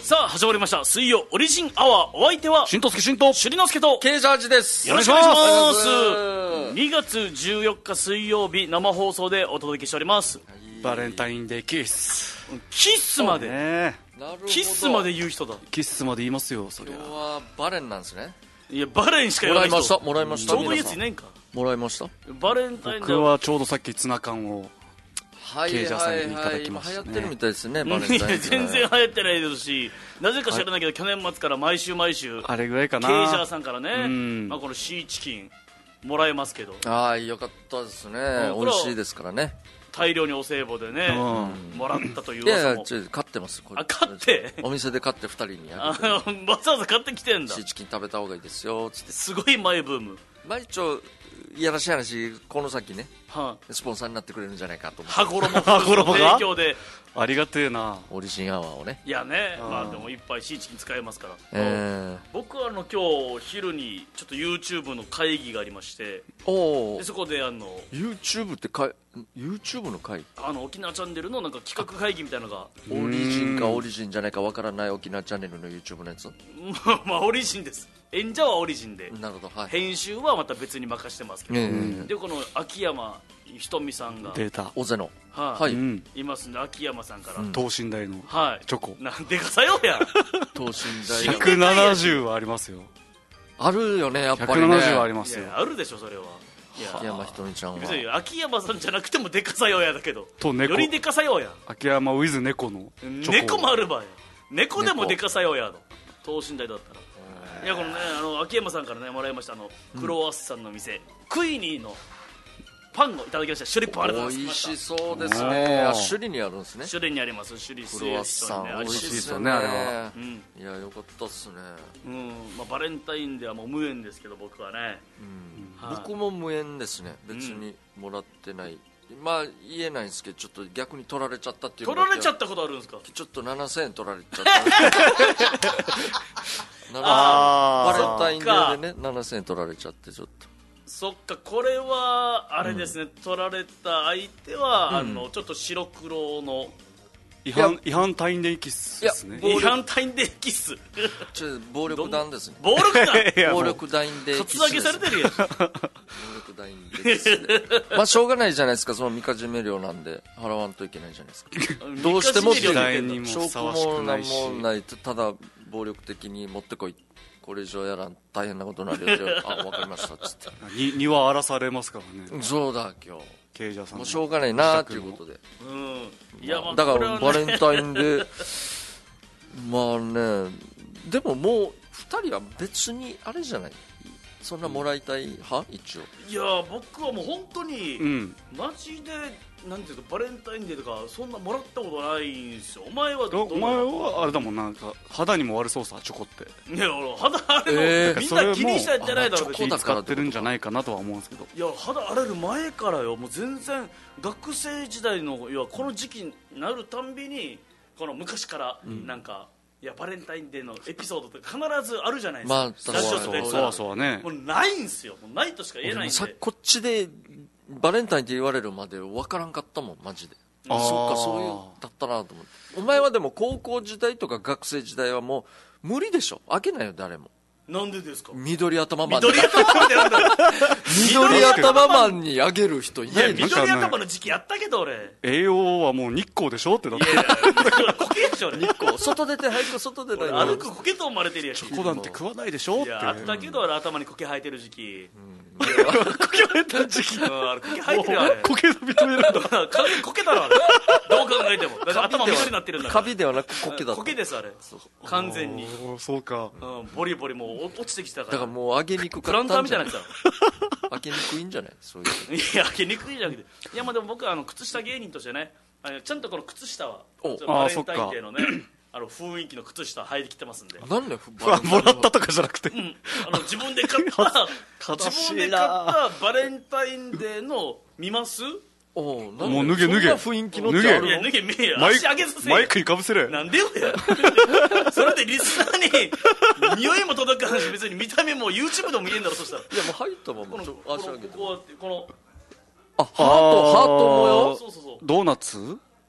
さあ始まりました水曜オリジンアワー。お相手はしんとすけしんとしりのすけとケイジャージです。 よろしくお願いします。 ます 2月14日水曜日生放送でお届けしております。 バレンタインデーキッスキッスまで、 ね、 なるほど。 キッスまで言う人だ。 キッスまで言いますよ。そりゃ今日はバレンなんですね。 いやバレンしか言もらいわない人ましたもらいました。 ちょうどいいやついないんか。 もらいました。 バレンタインデ僕ーはちょうどさっきツナ缶をはいケイジャーさんにいただはいはい。今きましたね流行ってるみたいですね。バレンタインいやね全然流行ってないですし、なぜか知らないけど去年末から毎週ケイジあれぐらいかな。 ャーさんからね、 うんまあ、このシーチキンもらえますけど、 ああよかったですね。 ん美味しいですからね。 大量にお歳暮でね、 うもらったといういやい噂も。 やちょ買ってます。これあ買ってお店で買って2人にああげてわざわざ買ってきてんだ。 シーチキン食べた方がいいですよつって。 すごいマイブーム。 まあ一応いやらしい話この先ねはスポンサーになってくれるんじゃないかと思って。 羽衣羽衣が提供で。 ありがてえな。 オリジンアワーをね。 いやね、まあでもいっぱいシーチキン使えますから。僕は今日昼にちょっと YouTube の会議がありまして、 おおでそこで YouTube ってYouTube の回沖縄チャンネルのなんか企画会議みたいなのがオリジンかオリジンじゃないかわからない沖縄チャンネルの YouTube のやつ。 まあオリジンです。演者はオリジンで、 なるほど、はい。 編集はまた別に任してますけど、 うんでこの秋山ひとみさんが、 データ。 オゼのはいはい、 うん。 いますんで、秋山さんから、 等身大のはいチョコ。 なんでかさよや等身大 170はありますよ。 あるよねやっぱりね。 170はありますよいや。あるでしょそれは。いや秋山ひとみちゃんは別に秋山さんじゃなくてもでかさよやだけど、 と猫よりでかさよや。 秋山ウィズ猫のチョコ。 猫もあるばや。猫でもでかさよやの等身大だったら。いやこのね秋山さんからねもらいましたクロワッサンの店、クイニーのパンをいただきました。シュリップありがとうござい美味ます。 しそうですおね。 ーあ首里にあるんですね。 種類にあります。種類クロワッサン美味しいですよねあれは。 うん、 いやよかったっすね。 まあ、バレンタインデーはもう無縁ですけど僕はね、はい僕も無縁ですね。別にもらってない。まあ言えないんですけどちょっと逆に取られちゃったっていうの取られちゃっったことあるんですか。 ちょっと7000円取られちゃったバレンタインデーでね7000円取られちゃってちょっと。 そっか、これはあれですね、取られた相手は、ちょっと白黒の違反タインデーキッスですね。 違反タインデーキッス暴力団ですね。 暴力団いやもう暴力団でカツアゲされてるやん。 暴力団ですね。まあしょうがないじゃないですか。そのみかじめ料なんで払わんといけないじゃないですか。どうしても時代にも証拠ふさわしもなくなんいし。 もないとただ暴力的に持ってこい。これ以上やらん大変なことになるよってあ分かりましたっつって。 庭荒らされますからね。 そうだ今日。 ケイジャーさんの。 もうしょうがないなっていうことで。 いや、まあ、 だからこれはねバレンタインでまあねでももう2人は別にあれじゃない。そんなもらいたい派一応。 いや僕はもう本当に、マジでなんていうかバレンタインデーとかそんなもらったことないんですよ。お前はどうお前はあれだもんなんか肌にも悪そうさチョコって。 いや肌荒れの、みんな気にしたんじゃないだろうそれも別に。 気使ってるんじゃないかなとは思うんですけど。 いや肌荒れる前からよ。もう全然学生時代の要はこの時期になるたんびにこの昔からなんか、いやバレンタインデーのエピソードって必ずあるじゃないですか。 まあラジオとかでさそうね。 もうないんすよ。もうないとしか言えないんで。 こっちでバレンタインって言われるまで分からんかったもんマジで。そっかそういうだったなと思って。お前はでも高校時代とか学生時代はもう無理でしょ。あげないよ誰も。 なんでですか。 緑頭マン緑頭マンってなんだろう。 緑頭マンにあげる人いいやないでしょ。 緑頭の時期やったけど俺。 栄養はもう日光でしょってだっていやコケでしょ俺。 外出て早く外出たよ。 歩くコケと思われてるやん。 チョコなんて食わないでしょって。 いやあったけど俺頭にコケ生えてる時期。 コケ生えた時期。 あれコケ生えてるよあれ。 コケの認めるんだ。 コケだろあれ。どう考えても。だから頭緑になってるんだから。 カビではなくコケだった。 コケですあれ。完全に。 そうか。 ボリボリもう落ちてきたから。 だからもうあげにくかプランターったんじゃない。 みたいになってあげにくいんじゃないそういう。 た。いやあげにくいじゃなくて。いやまあでも僕は靴下芸人としてね、ちゃんとこの靴下はおバレンタインデーのね雰囲気の靴下履いてきてますんで。 なんでもらったとかじゃなくて。 自分で買った自分で買ったバレンタインデーの見ます。 もう脱げ脱げそんな雰囲気のってあるいや脱げ見えや。足上げさせマイクにかぶせれ。 なんでよや。それでリスナーに匂いも届かないし別に見た目も YouTube でも見えんだろ。そしたらいやもう入ったままこの足上げてこうやってこのハート模様。 そうそうそう。 ドーナツ？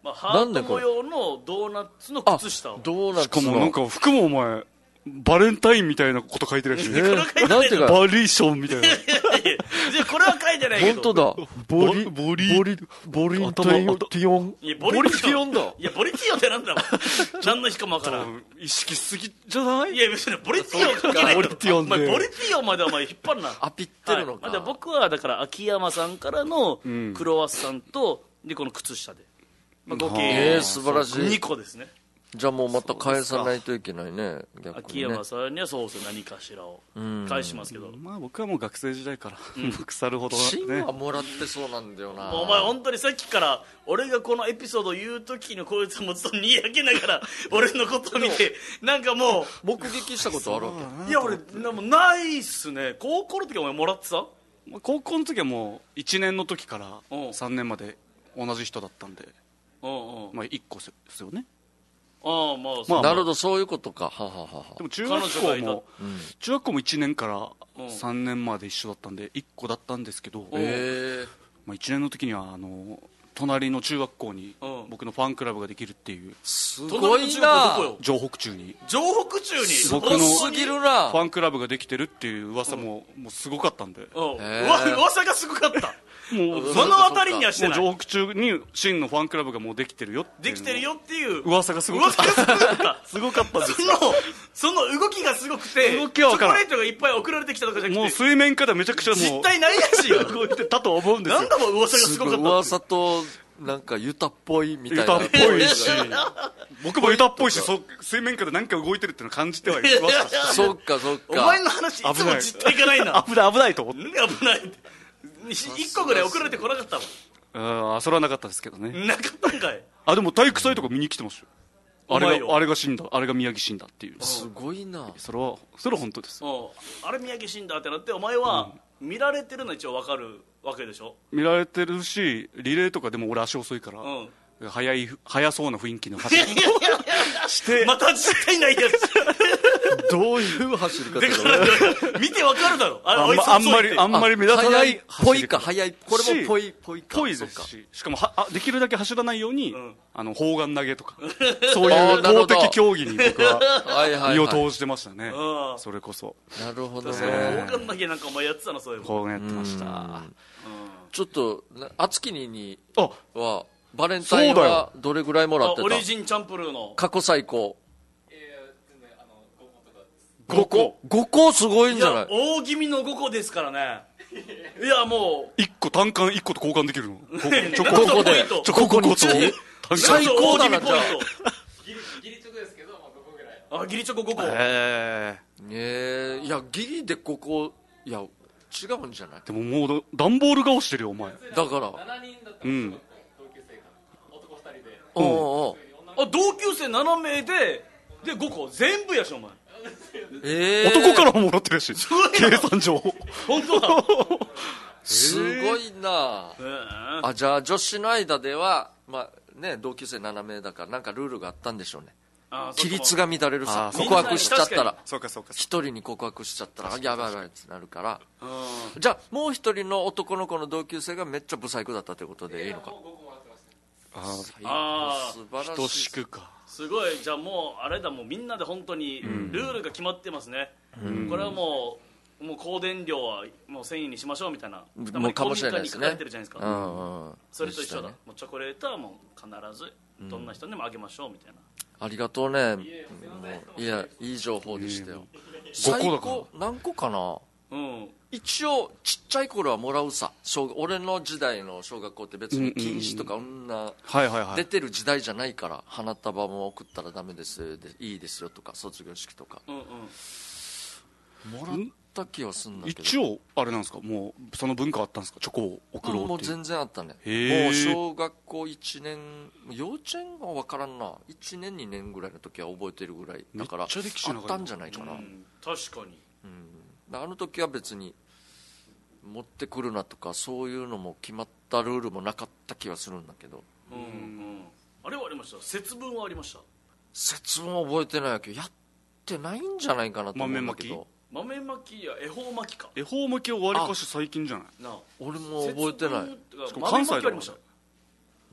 まあ、ハート模様のドーナツの靴下を。 ドーナツのしかもなんか服もお前バレンタインみたいなこと書いてるらしいね。 これ書いてないなんていうかバリーションみたいな。 じゃあこれは書いてないけど。 本当だ。ボリンタインティオン。 いやボリティオンだ。 いやボリティオンってなんだろう。何の日かもわからん。 意識しすぎじゃない？ いや別にボリティオン関係ないよ。 ボリティオンでお前ボリティオンまでお前引っ張るな。 アピってるのか。 はい、僕はだから秋山さんからのクロワッサンとでこの靴下で、まあ、合計素晴らしい。 2個ですね。 じゃあもうまた返さないといけないね。逆にね。 秋山さんにはそうそう何かしらを返しますけど、 まあ僕はもう学生時代から腐るほどシンね。 はもらってそうなんだよな。 お前本当にさっきから俺がこのエピソードを言う時にこいつもずっとにやけながら俺のことを見てなんかも目撃したことあるわけ？ ういや俺もうないっすね。高校の時お前もらってた？ 高校の時はもう1年の時からうん 3年まで同じ人だったんで、 うんうん。 まあ1個ですよね。 ああまあ、 まあなるほど、そういうことか。はははは。 でも中学校彼女がも1年からうん 3年まで一緒だったんで1個だったんですけど、まあ、1年の時には隣の中学校にうん僕のファンクラブができるっていうすごい隣の中学どこな。 よ？ 城北中に城北中に僕のすぎるな。 ファンクラブができてるっていう噂もうすごかったんで、 うんへー噂がすごかった。 もうそのあたりにはしてない。 城北中に真のファンクラブがもうできてるよっていうできてるよっていう噂がすごかった。 噂がすごかったすごかったんですその動きがすごくて動きは分からんチョコレートがいっぱい送られてきたとかじゃなくてもう水面下ではめちゃくちゃもう実態ないらしいよ。 動いてたと思うんですよ。 なんだもん噂がすすごいごかった噂となんかユタっぽいみたいな。 ユタっぽいし僕もユタっぽいし水面下で何か動いてるっていうのを感じてはいましたしそっかそっか。 お前の話いつも実態がないな。 危ないと思ってなんで危ないって1個ぐらい送られてこなかったもそれはなかったですけどね。 ん。なかったんかい。 でも体育祭とか見に来てますよ。 お前よあれが死んだ、あれが宮城死んだっていう。 すごいな。 それは本当です。 あれ宮城死んだってなってお前は見られてるの一応分かるわけでしょ。 見られてるしリレーとかでも俺足遅いから、 うん速そうな雰囲気の走りしてまた実態ないやつどういう走り方だから見て分かるだろ。あいつあん遅いってまり目立たないぽいか早い。これもぽいか。 ぽいですし、しかもできるだけ走らないように、 ん砲丸投げとかそういう投擲競技に僕ははいはいはい。 身を投じてましたね。 うんそれこそなるほどそう砲ね。 丸投げなんかお前やってたのそういうの。 こうやってました。 ちょっとあつきにあはバレンタインそうだはどれぐらいもらってオリた？ ジンチャンプルーの過去最高。 5個 5個すごいんいやじゃない？ 大気味の5個ですからね。いやも 1個単価1個と交換できるのチうョなんとこでポイントチョコ5個と単価最高だなそう大気味ポインじゃトギリチョコ5個。 いやギリで5個いや違うんじゃない？ でももう段ボール顔してるよお前。 だからうんおうおうあ同級生7名で5個全部やしお前。 男からももらってるしごいな計算上本当だ。 すごいな。あじゃあ女子の間ではまあね同級生7名だからなんかルールがあったんでしょうね。規律が乱れるさ。 あそう告白しちゃったらそうか一人に告白しちゃったらやばいやばいってなるから。じゃあもう一人の男の子の同級生がめっちゃブサイクだったということでいいのか？ あ素晴ら等しい。 しくか。 すごい。じゃあもうあれだもうみんなで本当にルールが決まってますね。これはもう香典料はもう1000円にしましょうみたいな。 もうかもしれないですね公民館に書かれてるじゃないですか。 うんうんそれと一緒だ。 でしたねもうチョコレートはもう必ずどんな人にもあげましょうみたいな。 ありがとうね。もういやいい情報でしたよ。 5個だから最高何個かな。 うん一応ちっちゃい頃はもらうさ。俺の時代の小学校って別に禁止とか女はいはいはい。 出てる時代じゃないから花束も送ったらダメですでいいですよとか卒業式とかうんうん。 もらった気はすんだけど一応あれなんですか、もうその文化あったんですか、チョコを送ろうっていう。 もう全然あったね。 へーもう小学校1年幼稚園は分からんな。1年2年ぐらいの時は覚えてるぐらいだからめっちゃ歴史長いあったんじゃないかな、 確かに。 あの時は別に持ってくるなとかそういうのも決まったルールもなかった気はするんだけどうんうん。あれはありました。節分はありました。 節分は覚えてないけどやってないんじゃないかなと思うんだけど豆まきや恵方巻きか恵方巻きをわりかし最近じゃない。 なあ。 俺も覚えてない。 節分とかしかも関西だもんね豆まきありました。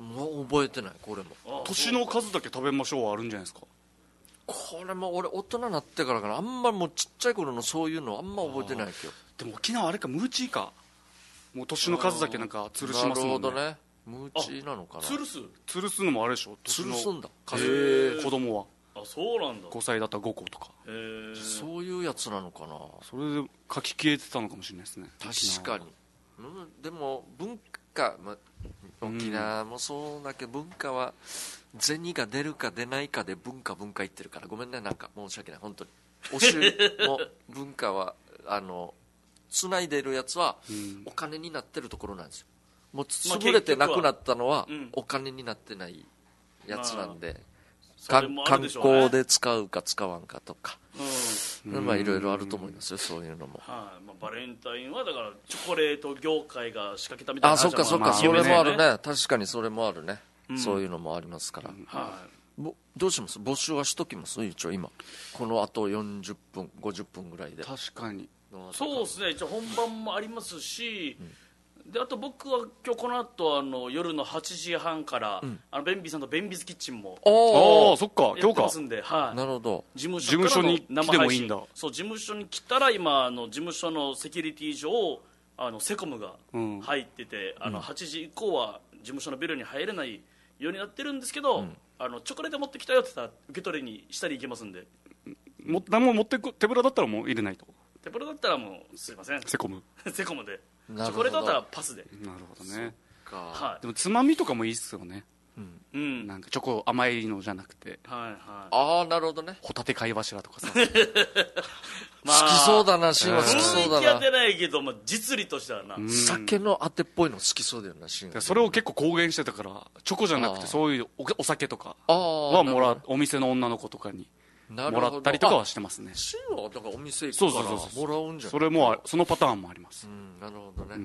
もう覚えてない。これも年の数だけ食べましょうはあるんじゃないですか。 これも俺大人になってからかな、あんまもうちっちゃい頃のそういうのあんま覚えてないけど。 でも沖縄あれか、ムーチーか、もう年の数だけなんか吊るしますもんね。 なるほどね、ムーチーなのかな。 吊るすのもあれでしょ、 吊るすんだ、 子供は。 あ、そうなんだ。 5歳だったら5個とか、 そういうやつなのかな。 それで書き消えてたのかもしれないですね。 確かに、でも文化、沖縄もそうだけど、文化は銭が出るか出ないかで文化言ってるから、ごめんね、なんか申し訳ない、本当に。おしも文化はつないでるやつはお金になってるところなんですよ。もう潰れてなくなったのはお金になってないやつなんで、観光で使うか使わんかとか、まあいろいろあると思いますよ、そういうのも。 バレンタインはだからチョコレート業界が仕掛けたみたいな話もある。 そっかそっか、それもあるね、確かにそれもあるね、そういうのもありますから。どうします？募集はしときます？一応今このあと40分50分ぐらいで。 確かにそうですね、一応本番もありますし、であと僕は今日この後夜の8時半から、ベンビーさんとベンビーズキッチンもそっか今日か。 なるほど。 事務所に来てもいいんだ。 そう、事務所に来たら今事務所のセキュリティ上セコムが入ってて、8時以降は事務所のビルに入れないようになってるんですけど、チョコレート持ってきたよって言ったら受け取りにしたり行けますんで。 何も持ってく手ぶらだったらもう入れないと。 手ぶらだったらもうすいません、セコムセコムで。チョコレートだったらパスで。 なるほどね。でもつまみとかもいいっすよね。なんかチョコ甘いのじゃなくて、 なるほどね。 ホタテ貝柱とかさ好きそうだな、シンは好きそうだな。 雰囲気は出ないけど、実利としてはな、 酒のあてっぽいの好きそうだよな、シンは。 それを結構公言してたから、チョコじゃなくてそういうお酒とかはお店の女の子とかにもらったりとかはしてますね。 シンはだからお店行くからもらうんじゃん。 それもそのパターンもあります。 なるほどね。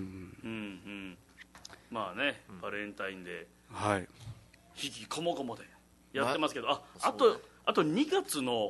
まあね、バレンタインではい引きこもごもでやってますけど、あと2月の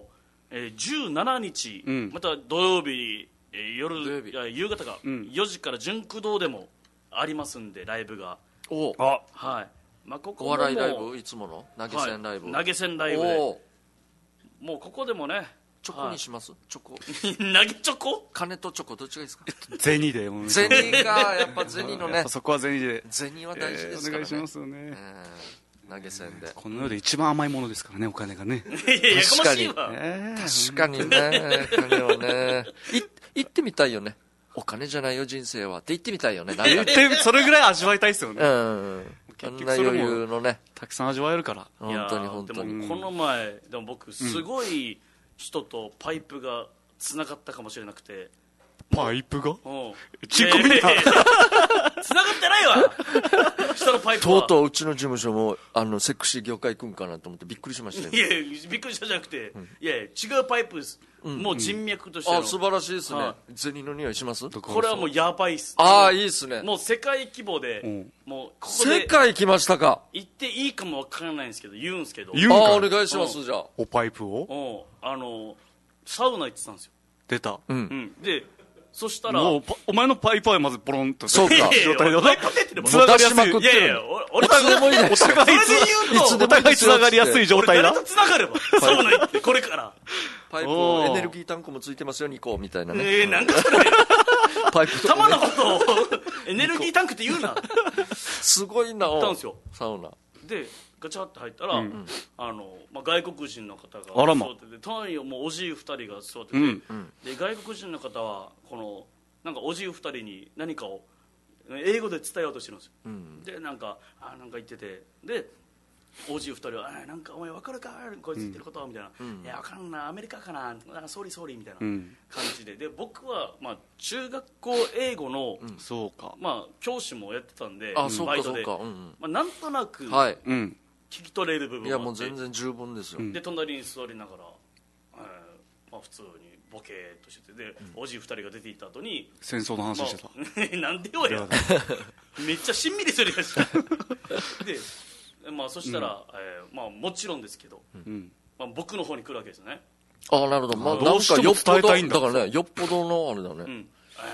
17日、また土曜日夕方が4時から純駆動でもありますんで、ライブが。ここお笑いライブ、いつもの投げ銭ライブ、 投げ銭ライブでもうここでもね、 チョコにします？チョコ投げチョコ、 金とチョコどっちがいいですか？ 銭で。 銭がやっぱ銭のね、 そこは銭で。 銭は大事ですからね。 お願いしますよね。 投げ銭でこの世で一番甘いものですからね、お金がね。 確かに確かにね、金はね言ってみたいよね。お金じゃないよ人生はって言ってみたいよね。 それぐらい味わいたいですよね。 あんな余裕のね、 たくさん味わえるから。 本当に本当に。 でもこの前でも僕すごい人とパイプがつながったかもしれなくて。 パイプがちっこみたいなつながってないわ人のパイプは。 とうとううちの事務所もセクシー業界くんかなと思ってびっくりしましたよ。 いやびっくりしたじゃなくて、いや違うパイプです。もう人脈としての。 素晴らしいですね。銭の匂いします？ これはもうやばいっす。 いいっすね。 もう世界規模で、もうここで世界来ましたか。 言っていいかもわからないんですけど、言うんですけど。 お願いします。じゃあおパイプをサウナ行ってたんですよ。 出た。 でそしたらもうお前のパイプはまずポロンとそうか状態でつながりやすい。 いやいや俺お互いつながりやすい状態だ。 誰とつながればサウナ行ってこれからパイプエネルギータンクもついてますよ2個みたいなね。 なんかそれパイプと玉のことをエネルギータンクって言うな。 すごいな。 行ったんですよサウナでガチャって入ったら、外国人の方が座ってて、隣にもうおじい2人が座ってて、で外国人の方はこのなんかおじい2人に何かを英語で伝えようとしてるんですよ。でなんか言ってて、でおじい2人はなんかお前分かるかこいつ言ってることみたいな、いや分かんなアメリカかなソーリーソーリーみたいな感じで、で僕は中学校英語の教師もやってたんで、バイトでなんとなく聞き取れる部分があって、 いやもう全然十分ですよ。 で隣に座りながら、普通にボケーっとしてて、でおじい2人が出ていった後に戦争の話してた。 なんでよやめっちゃしんみりするやつでそしたら、もちろんですけど、僕の方に来るわけですよね。 なるほど。なんかよっぽどだからね、よっぽどのあれだね。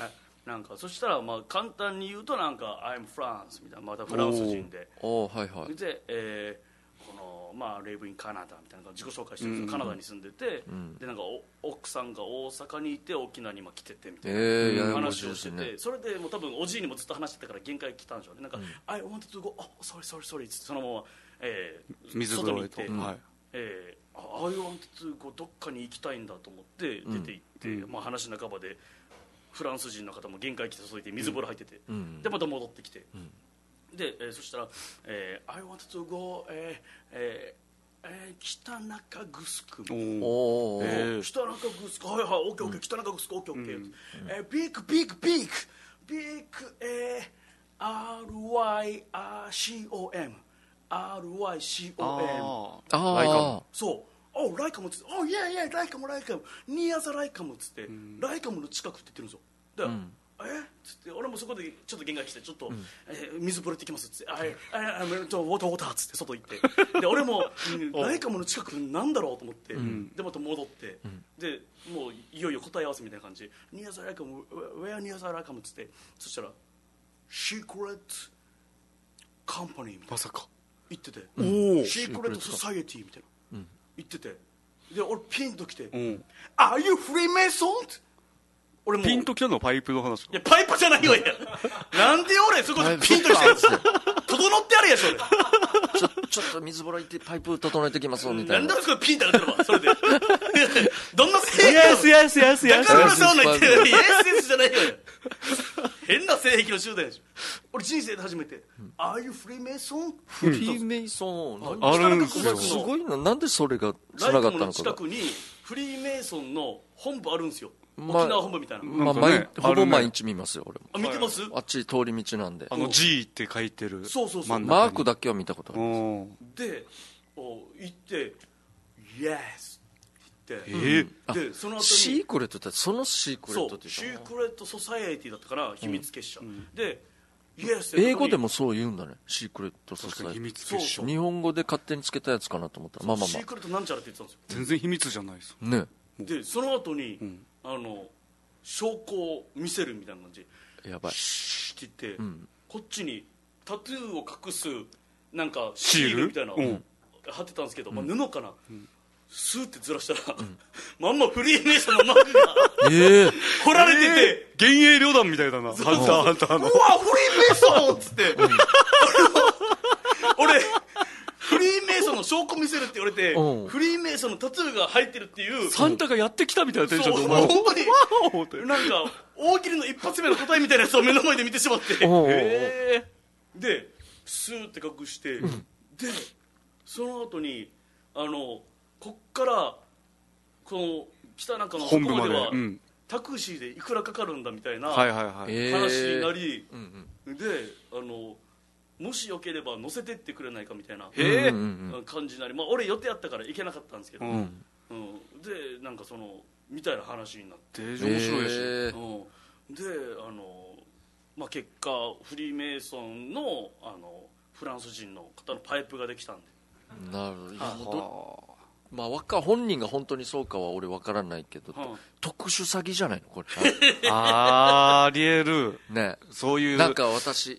なんかそしたらまあ簡単に言うとなんか I'm France みたいな、またフランス人で、 はいはい、 で、このまあレイブインカナダみたいな自己紹介してるんですよ、カナダに住んでて、でなんか奥さんが大阪にいて沖縄に今来ててみたいな話をしてて、それでもう多分おじいにもずっと話してたから限界来たんでしょうね。なんか、I wanted to go sorry ってそのまま、 水風呂へと、 外に行って、I wanted to go どっかに行きたいんだと思って出て行って、まあ話半ばでフランス人の方も限界来て注いで水風呂入ってて、でまた戻ってきて、で、そしたら、I wanted to go、北中城北中城、はいはい、オッケーオッケー、北中城オッケーオッケー、ビッグRYCOM RYCOM、そうライカムっつって、ライカムニアザライカムっつって、ライカムの近くって言ってるんですよ。でつって俺もそこでちょっと限界来て、ちょっと、水風呂行ってきますっつって、ウォーターっつって外行ってで俺もライカムの近くなんだろうと思って、でまた戻って、でもういよいよ答え合わせみたいな感じで、ニアザライカム、ウェアニアザライカムっつって、そしたらシークレットカンパニーみたいな、 まさか言ってて、シークレットソサイエティみたいな、言ってて、で俺ピンと来て、Are you Freemason? って俺もピンときたのはパイプの話。 いやパイプじゃないよ、いやなんで俺そこでピンと来たやつ整ってあるやし俺ちょっと水風呂行ってパイプ整えてきますみたいな。 なんでそこでピンと上がってるわそれでどんな性癖 Yes だから俺そうな言ってる、イエスじゃないよ変な性癖の集団やし。俺人生で初めて、Are you Freemason? フリーメイソンあるんですよ。 すごいな。なんでそれがつながったのか。 ライカムの近くにフリーメイソンの本部あるんですよ、沖縄本部みたいな、 ほぼ毎日見ますよ俺も。 見てます？ あっち通り道なんで、 G って書いてるそうマークだけは見たことある。 で行ってイエスって言って、でその後にシークレットってそのシークレットってシークレットソサエティだったから秘密結社、でイエス英語でもそう言うんだね、シークレットソサエティ。 秘密結社。 日本語で勝手につけたやつかなと思ったら、 シークレットなんちゃらって言ってたんですよ。 全然秘密じゃないですね。 でその後に、証拠を見せるみたいな感じ、 やばいシーって言って、こっちにタトゥーを隠すなんかシールみたいな貼ってたんですけど、布かな、スーってずらしたら、まんまフリーメイソンのマークが彫られてて、 幻影旅団みたいだな。ハンターのうわフリーメイソンっつって俺フリーメイソンの証拠見せるって言われて、フリーメイソンのタトゥーが入ってるっていう、 サンタがやってきたみたいなテンションで、 本当になんか大喜利の一発目の答えみたいなやつを目の前で見てしまってでスーって隠して、でその後にこっからこの北中のところではタクシーでいくらかかるんだみたいな話になり、でもしよければ乗せてってくれないかみたいな感じになり、俺予定あったから行けなかったんですけど、でなんかそのみたいな話になって、 面白いし、 で結果フリーメイソンのフランス人の方のパイプができたんで。 なるほど。本人が本当にそうかは俺分からないけど、特殊詐欺じゃないのこれありえるね。 そういうなんか私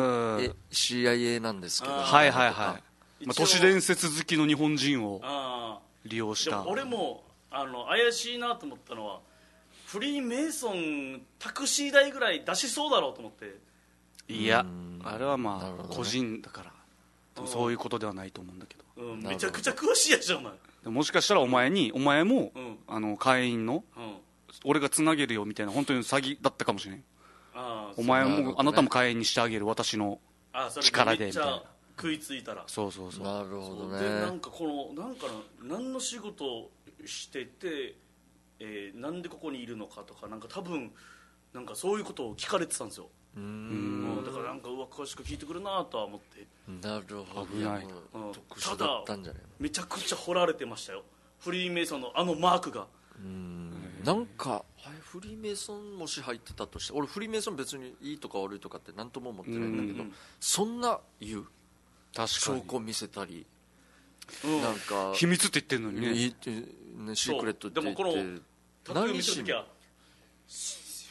CIA なんですけど、 都市伝説好きの日本人を利用した。 俺も怪しいなと思ったのは、フリーメイソンタクシー代ぐらい出しそうだろうと思って。 いやあれは個人だからそういうことではないと思うんだけど、 めちゃくちゃ詳しいやつじゃんお前。 もしかしたらお前も、会員の、俺がつなげるよみたいな本当に詐欺だったかもしれん。お前も、あなたも会員にしてあげる私の力でみたいな。 食いついたら。 そうなるほどね。 でなんか何の仕事をしてて、なんでここにいるのかとか、なんか多分なんかそういうことを聞かれてたんですよ。だからなんか詳しく聞いてくるなとは思って。 なるほど。 危ない。 ただめちゃくちゃ掘られてましたよ、フリーメイソンのマークが。 なんかフリーメイソンもし入ってたとして、俺フリーメイソン別にいいとか悪いとかって何とも思ってないんだけど、そんな言う証拠見せたり、なんか秘密って言ってんのにね、 シークレットって言って、 でもこのタトゥー見せるときは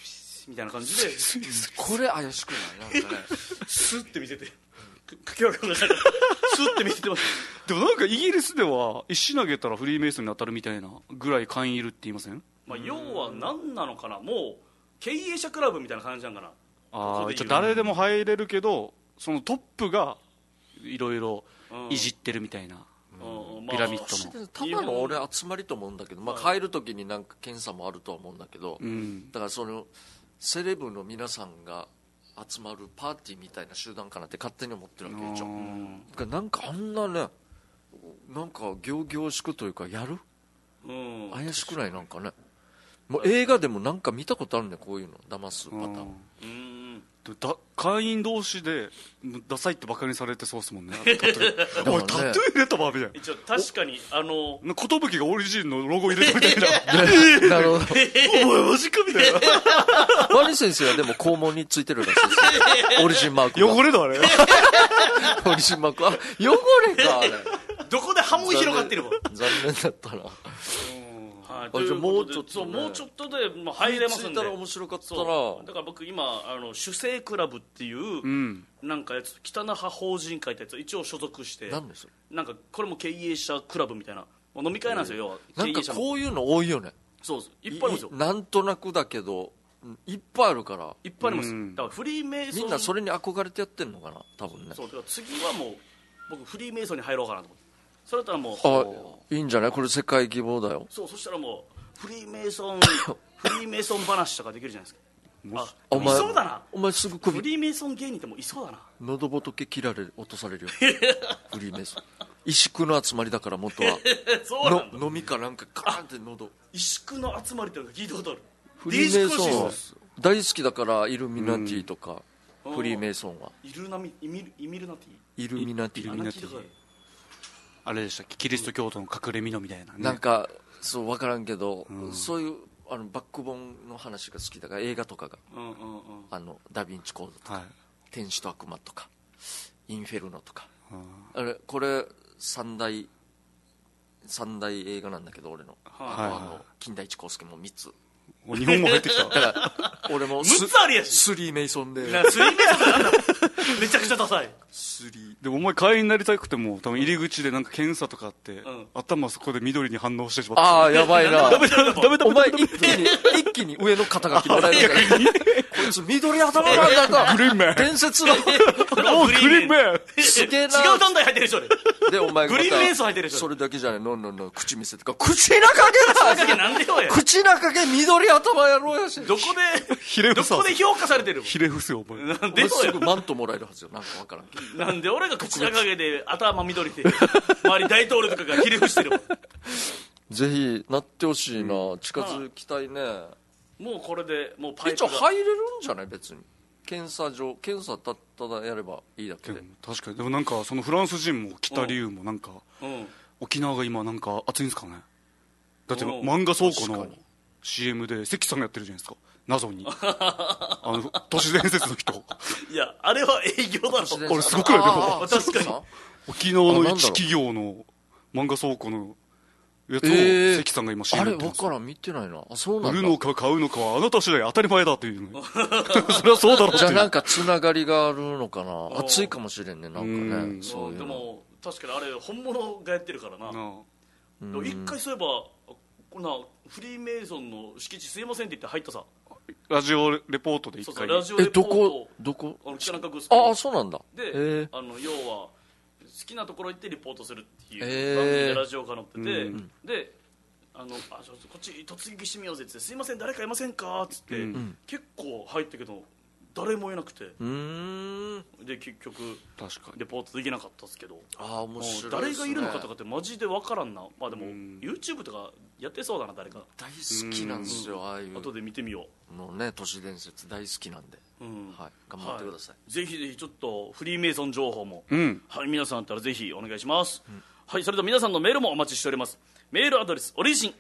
みたいな感じでこれ怪しくないなんかねスッて見せて茎わかんないスッて見せてます。 でもなんかイギリスでは石投げたらフリーメイソンに当たるみたいなぐらい会員いるって言いません？ まあ、要は何なのかな、もう経営者クラブみたいな感じなんかな。 一応誰でも入れるけどそのトップがいろいろいじってるみたいな、ピラミッドのただの俺集まりと思うんだけど、まあ、入る時になんか検査もあるとは思うんだけど、だからそのセレブの皆さんが集まるパーティーみたいな集団かなって勝手に思ってるわけでしょ。だからなんかあんなねなんか仰々しくというかやる、怪しくないなんかね。もう映画でもなんか見たことあるねこういうの騙すパターン。 会員同士でダサいってバカにされてそうですもんね。おいタトゥー入れたわみたいな。 一応確かに寿がオリジンのロゴ入れたみたいな。 なるほど。 お前マジかみたいな。 ワニ先生はでも肛門についてるらしいですよ。オリジンマークが。 汚れだあれ。 オリジンマーク。あ、汚れかあれ。 どこで波紋広がってるわ。 残念だったな。 じゃあもうちょっと、もうちょっとで入れますんで。 面白かったな。 だから僕今主生クラブっていうなんかやつ、北那覇法人会ってやつ一応所属して、 なんでそれ。 なんかこれも経営者クラブみたいな飲み会なんですよ。要はなんかこういうの多いよね。 そうです、いっぱいあるんですよ。 なんとなくだけどいっぱいあるから。 いっぱいあります。だからフリーメイソンみんなそれに憧れてやってんのかな多分ね。 そうだから次はもう僕フリーメイソンに入ろうかなと思って。それだったらもういいんじゃないこれ世界規模だよ。 そう、そしたらもうフリーメイソン話とかできるじゃないですか。 お前いそうだな。 お前すぐフリーメイソン芸人ってもういそうだな。 喉仏切られ落とされるよ。フリーメイソン石工の集まりだから元は。 そうなんだ。 飲みかなんかカーンって喉。 石工の集まりってのが聞いたことある。 フリーメイソン大好きだからイルミナティとか、フリーメイソンはイルミナティイルミナティあれでしたっけ、キリスト教徒の隠れ蓑みたいな、ね、 なんかそう分からんけど、そういうバックボーンの話が好きだから映画とかが、ダヴィンチコードとか、天使と悪魔とかインフェルノとか、これ三大映画なんだけど俺の、金田一耕助も3つ日本も入ってきた。 だから俺も 6つあるやし。 スリーメイソンで。 スリーメイソンってなんだ。めちゃくちゃダサい。 でもお前会員になりたくても多分入り口でなんか検査とかあって、頭そこで緑に反応してしまった。 ああやばいな。 ダメお前一気に上の肩が切られるからこいつ緑頭なんだと。 グリーンマン伝説のグリーンマンすげえな。違う団体入ってるでしょ。 でお前グリーンメイソン入ってるでしょ。 それだけじゃないの口見せてか口中毛だ。 なんでよや。 口中毛緑頭やろうやし。 どこで評価されてる。 ひれ伏せよお前。 なんでよ。 すぐマントもらえるはずよ。なんかわからんけど。 なんで俺が口中毛で頭緑で周り大統領とかがひれ伏してる。 ぜひなってほしいな。近づきたいね。 もうこれでもうパイプ一応入れるんじゃない別に。検査ただやればいいだけで。 確かに。でもなんかそのフランス人も北龍もなんか沖縄が今なんか熱いんですかね。だって漫画倉庫の CM で関さんがやってるじゃないですか。謎に都市伝説の人。 いやあれは営業だろ。 俺すごくないでも確かに沖縄の一企業の漫画倉庫のやつを関さんが今 CM やってます。 あれ分からん見てないな。そうなんだ。 売るのか買うのかはあなた次第当たり前だっていうのそれはそうだろうって。 じゃあなんかつながりがあるのかな。熱いかもしれんねなんかね。 そういうでも確かにあれ本物がやってるからな。一回そういえばこんなフリーメイソンの敷地すいませんって言って入ったさ。 ラジオレポートで一回。 ラジオレポートどこ北中城ああそうなんだ。 で要は好きなところ行ってリポートするっていう番組でラジオが載ってて、でこっち突撃してみようぜってすいません誰かいませんかっつって、結構入ったけど誰もいなくて、で結局レポートできなかったですけど。 面白い。 誰がいるのかとかってマジで分からんな。まあでも YouTube とかやってそうだな誰か。 大好きなんですよああいう後で見てみようのね。都市伝説大好きなんで、はい、頑張ってください。 ぜひぜひちょっとフリーメイソン情報も、はい皆さんあったらぜひお願いします。はい、それでは皆さんのメールもお待ちしております。メールアドレスオリジン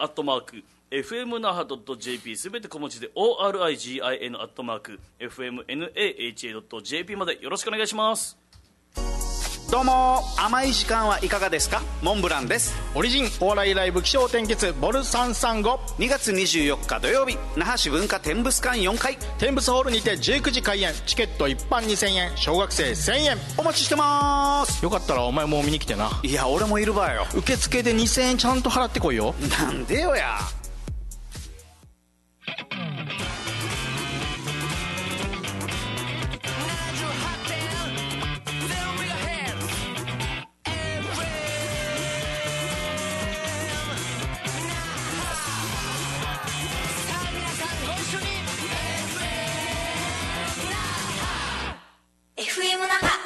@fmnaha.jp すべて小文字で origin@fmnaha.jp までよろしくお願いします。 どうも、甘い時間はいかがですか。モンブランです。 オリジンお笑いライブ起承転結ボル335 2月24日土曜日、那覇市文化天物館4階天物ホールにて19時開演。チケット一般2000円、小学生1000円。 お待ちしてます。 よかったらお前も見に来てな。 いや、俺もいるわよ。 受付で2000円ちゃんと払ってこいよ。 なんでよや。 FM 那覇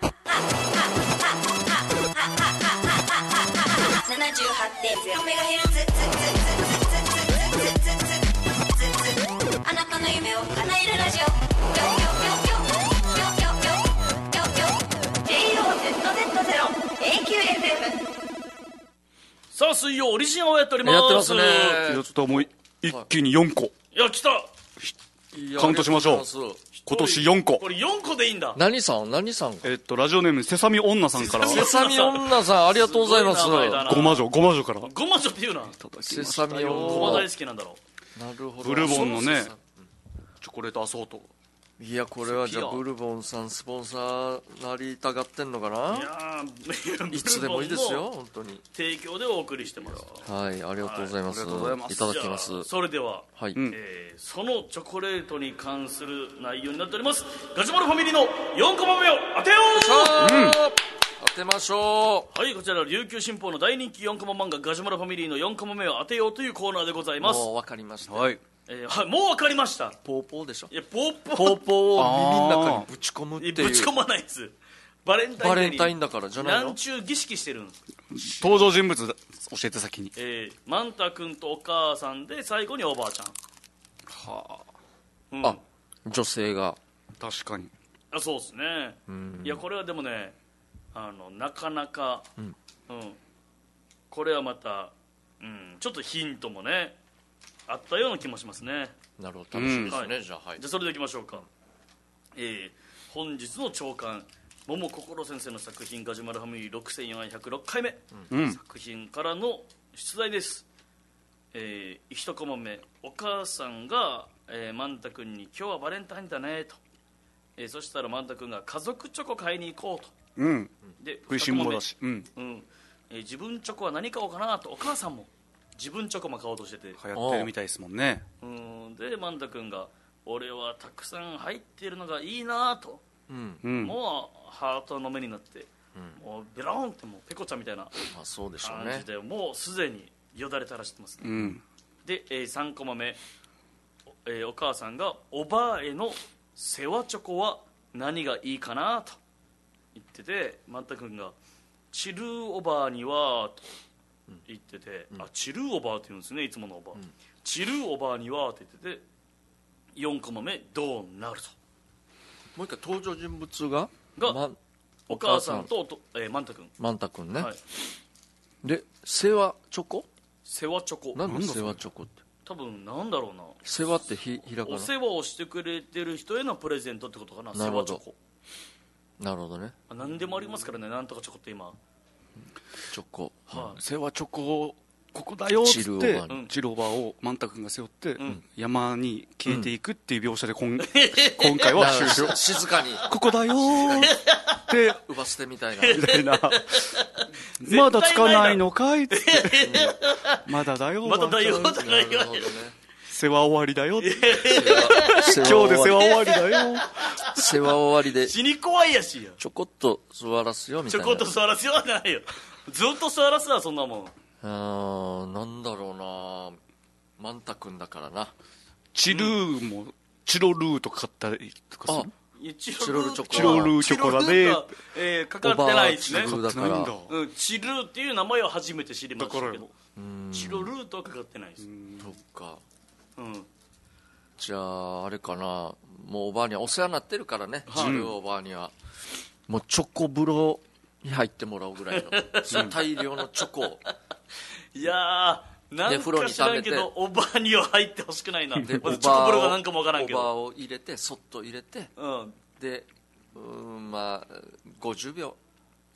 78.0MHz あなたの夢を叶えるラジオ JOZZ0AQFM。 さあ水曜オリジンをやっております。 やってますね。 いやちょっともう一気に4個いや来た。 カウントしましょう。今年4個。 これ4個でいいんだ。 何さんラジオネームセサミ女さんから。 セサミ女さんありがとうございます。 ごま女から。 ごま女っていうな。 セサミ女ごま大好きなんだろう。なるほど。 ブルボンのねチョコレートアソート。 いやこれはじゃあブルボンさんスポンサーなりたがってんのかな。 いやいつでもいいですよ本当に。 提供でお送りしてます。 はい、ありがとうございます。いただきます。 それでは、 はい、 そのチョコレートに関する内容になっております。ガジュマルファミリーの4コマ目を当てよう。 当てましょう。はい、こちら琉球新報の大人気4コマ漫画ガジュマルファミリーの4コマ目を当てようというコーナーでございます。 もう分かりました。 はい。 もう分かりました。 ポーポーでしょ。 いやポーポーを耳の中にぶち込むっていう。 ぶち込まないです。バレンタインだからじゃないの。 なんちゅう儀式してるんです。 登場人物教えて先に。 マンタ君とお母さんで最後におばあちゃん。 はあ、女性が。 確かに。 そうですね。いやこれはでもねなかなかこれはまたちょっとヒントもねあったような気もしますね。 なるほど、楽しみですね。じゃあそれでいきましょうか。本日の朝刊桃心先生の作品ガジュマルファミリー6406回目、作品からの出題です。一コマ目、お母さんが、マンタ君に今日はバレンタインだねと、そしたらマンタ君が家族チョコ買いに行こうと、で食いしん坊だし、 自分チョコは何買おうかなと、お母さんも自分チョコも買おうとしてて、 流行ってるみたいですもんね。 でマンタ君が俺はたくさん入っているのがいいなと、もうハートの目になって、もうベローンってもうペコちゃんみたいなそうでしょうね。 感じでもうすでによだれ垂らしてますね。で、3コマ目、お母さんがおばあへの世話チョコは何がいいかなと言ってて、マンタ君がチルーおばあにはと言ってて、チルーおばあって言うんですね、いつものおばあ、チルーおばあにはって言ってて、4コマ目どうなると。 もう一回登場人物がお母さんとマンタ君ね、で世話チョコなんで世話チョコって多分なんだろうな、 世話ってひらがな、 お世話をしてくれてる人へのプレゼントってことかな。世話チョコ、 なるほどね。 何でもありますからね、なんとかチョコって今チョコ、 世話チョコここだよっつってチルオーバーをマンタ君が背負って、山に消えていくっていう描写で今回は終了。 静かにここだよって奪捨てみたいなまだつかないのかいっつってまだだよまだだよだよ世話終わりだよ今日で世話終わりだよ世話終わりで死に怖いやしよ、 ちょこっと座らすよみたいな。 ちょこっと座らすよはないよ、ずっと座らすなそんなもん。 なんだろうな、マンタ君だからな。 チルーもチロルーとか買ったりとかする。 チロルチョコ、 チロルチョコだね、かかってないですね。 チルーっていう名前は初めて知りましたけど、チロルーとはかかってないです。 そっか。じゃああれかな、もうおばあにはお世話になってるからね、チルーおばあにはもうチョコ風呂に入ってもらうぐらいの大量のチョコをいやー、なんか知らんけどおばあには入ってほしくないな。 でチョコ風呂がなんかもわからんけど、 おばあを入れてそっと入れて、でまあ50秒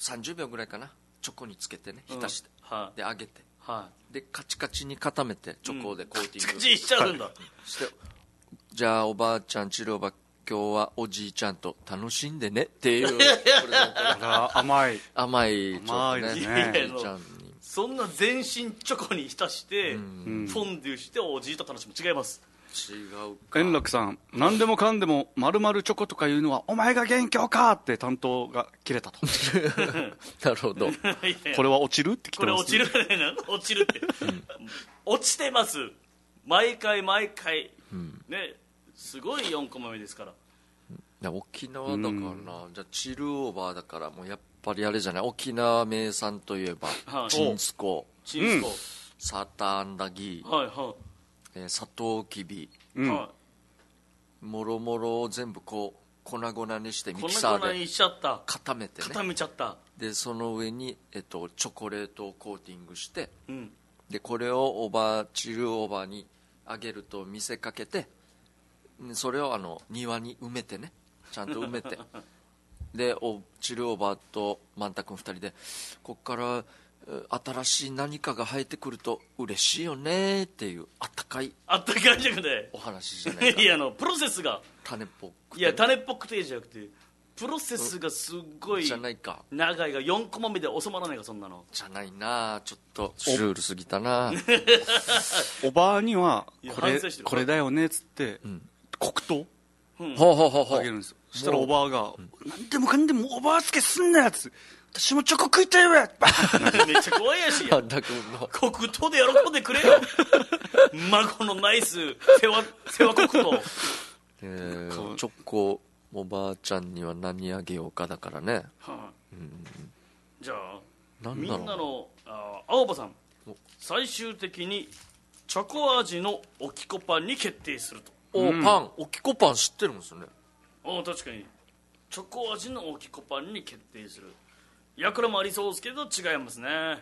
30秒ぐらいかな、チョコにつけてね、浸して、で揚げて、でカチカチに固めてチョコでコーティング、 カチカチしちゃうんだしてじゃあおばあちゃんチルおば今日はおじいちゃんと楽しんでねっていう甘いちょっとね、 ですね、 おじいちゃんにそんな全身チョコに浸して、フォンデュしておじいと楽しむ。違います。 違うか。 円楽さん、何でもかんでも丸々チョコとかいうのはお前が元凶かって担当が切れたとなるほどこれは落ちるって来てます、 これ落ちるね、落ちるって、落ちてます、毎回毎回、ね、すごい4コマ目ですから。 沖縄だからな、じゃあチルオーバーだからもうやっぱりあれじゃない、沖縄名産といえば、チンスコ、サーターアンダギー、サトウキビ、もろもろを全部こう粉々にしてミキサーで固めてね、 固めちゃった。 でその上に、チョコレートをコーティングして、でこれをチルオーバーにあげると見せかけて、それを庭に埋めてね、ちゃんと埋めてでチルオーバーと万太君2人でこっから新しい何かが生えてくると嬉しいよねっていうあったかいじゃなくてお話じゃないかいやプロセスが種っぽくて、 いや種っぽくてじゃなくてプロセスがすっごいじゃないか、 長いが4コマ目で収まらないか、そんなのじゃないな、ちょっとシュールすぎたなおばあには反省してるこれだよねっつって、黒糖あげるんですよ。そしたらおばあが何でもかんでもおばあつけすんなやつ、私もチョコ食いたいわめっちゃ怖いやしや黒糖で喜んでくれよ孫のナイス世話黒糖チョコおばあちゃんには何あげようかだからね、 じゃあなんだろう、 みんなの青葉さん、最終的にチョコ味のおきこパンに決定すると。 パン、おきこパン知ってるんですよね。 確かにチョコ味のおきこパンに決定する。いやこれもありそうですけど違いますね。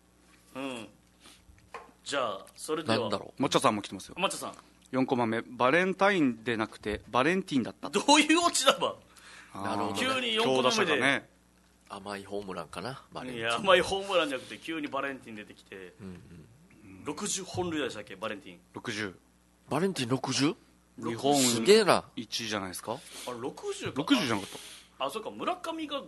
じゃあそれではなんだろう、 もっちゃさんも来てますよ。 抹茶さん 4コマ目、バレンタインでなくてバレンティンだった。 どういうオチだば。 なるほど、ね、 急に4コマ目で、 ね、 甘いホームランかな、バレンティン。 いや甘いホームランじゃなくて急にバレンティン出てきて、60本塁打でしたっけ、バレンティン。 60、 バレンティン 60？ 日本すげえな、 1位じゃないですか。 60 か、60じゃなかった。 そうか、村上が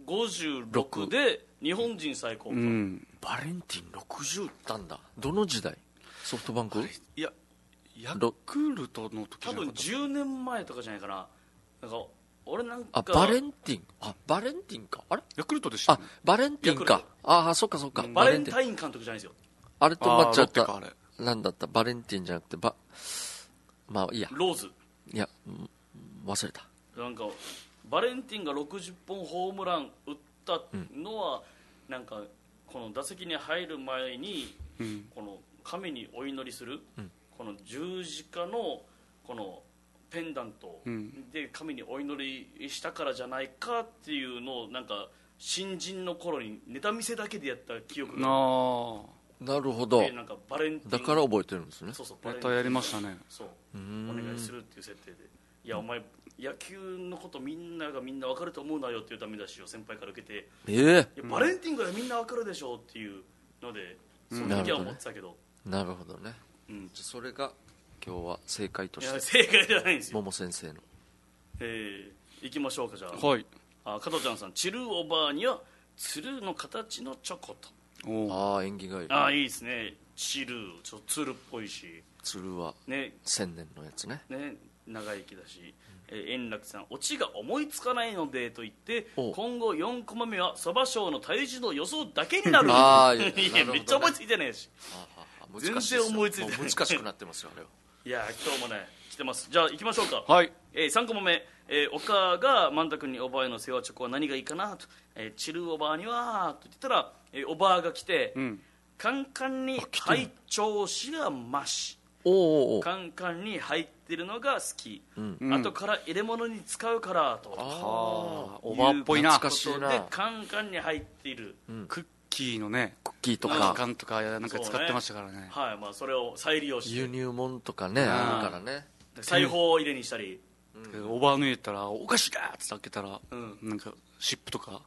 56で日本人最高か、 バレンティン60ったんだ。どの時代？ソフトバンク？ いやヤクルトの時じゃなかった。 多分10年前とかじゃないかな。なんか俺なんかバレンティン、バレンティンか、あれヤクルトでした、ね、 バレンティンか、そっかそっか、 バレンタイン監督じゃないですよ。 あれと間違った。なんだった、バレンティンじゃなくてまあいいや、 ローズ、 いや忘れた。 なんかバレンティンが60本ホームラン打ったのは、なんかこの打席に入る前に、この神にお祈りする、この十字架のこのペンダントで神にお祈りしたからじゃないかっていうのを、なんか新人の頃にネタ見せだけでやった記憶が。 なるほど、 なんかバレンティンだから覚えてるんですね。 そうそう、 ネタやりましたね。 そう、お願いするっていう設定で、いやお前野球のことみんながみんな分かると思うなよっていうダメ出しを先輩から受けて、いやバレンティンぐらいみんな分かるでしょうっていうので、その時は思ってたけど、 なるほどね、じゃあそれが今日は正解として。 いや正解じゃないんですよ、 桃先生の。 いきましょうか、じゃあ。 はい。 加藤ちゃんさん、チルおばあには鶴の形のチョコと。 縁起がいい。 いいですね。チル、ちょっと鶴っぽいし、 鶴はね、 千年のやつね、 長生きだし、円楽さん、オチが思いつかないのでと言って、今後4コマ目はそば賞の体重の予想だけになる。いやめっちゃ思いついてないし、全然思いついてない。 難しくなってますよあれは。 いや今日もね来てます。じゃあ行きましょうか。 はい。 3コマ目、岡が万太君におばあの世話チョコは何がいいかなと、チルおばあにはと言ってたら、おばあが来て、カンカンに拝聴子が増し、カンカンに入ってるのが好き、後から入れ物に使うからと、 おばあっぽいな。 懐かしいな。でカンカンに入っている、 クッキーのね、 クッキーとか缶とかなんか使ってましたからね。 はい、まあそれを再利用して、 輸入物とかねあるからね、 裁縫を入れにしたり、 おばあの家行ったらお菓子だっつって開けたら、なんか湿布とか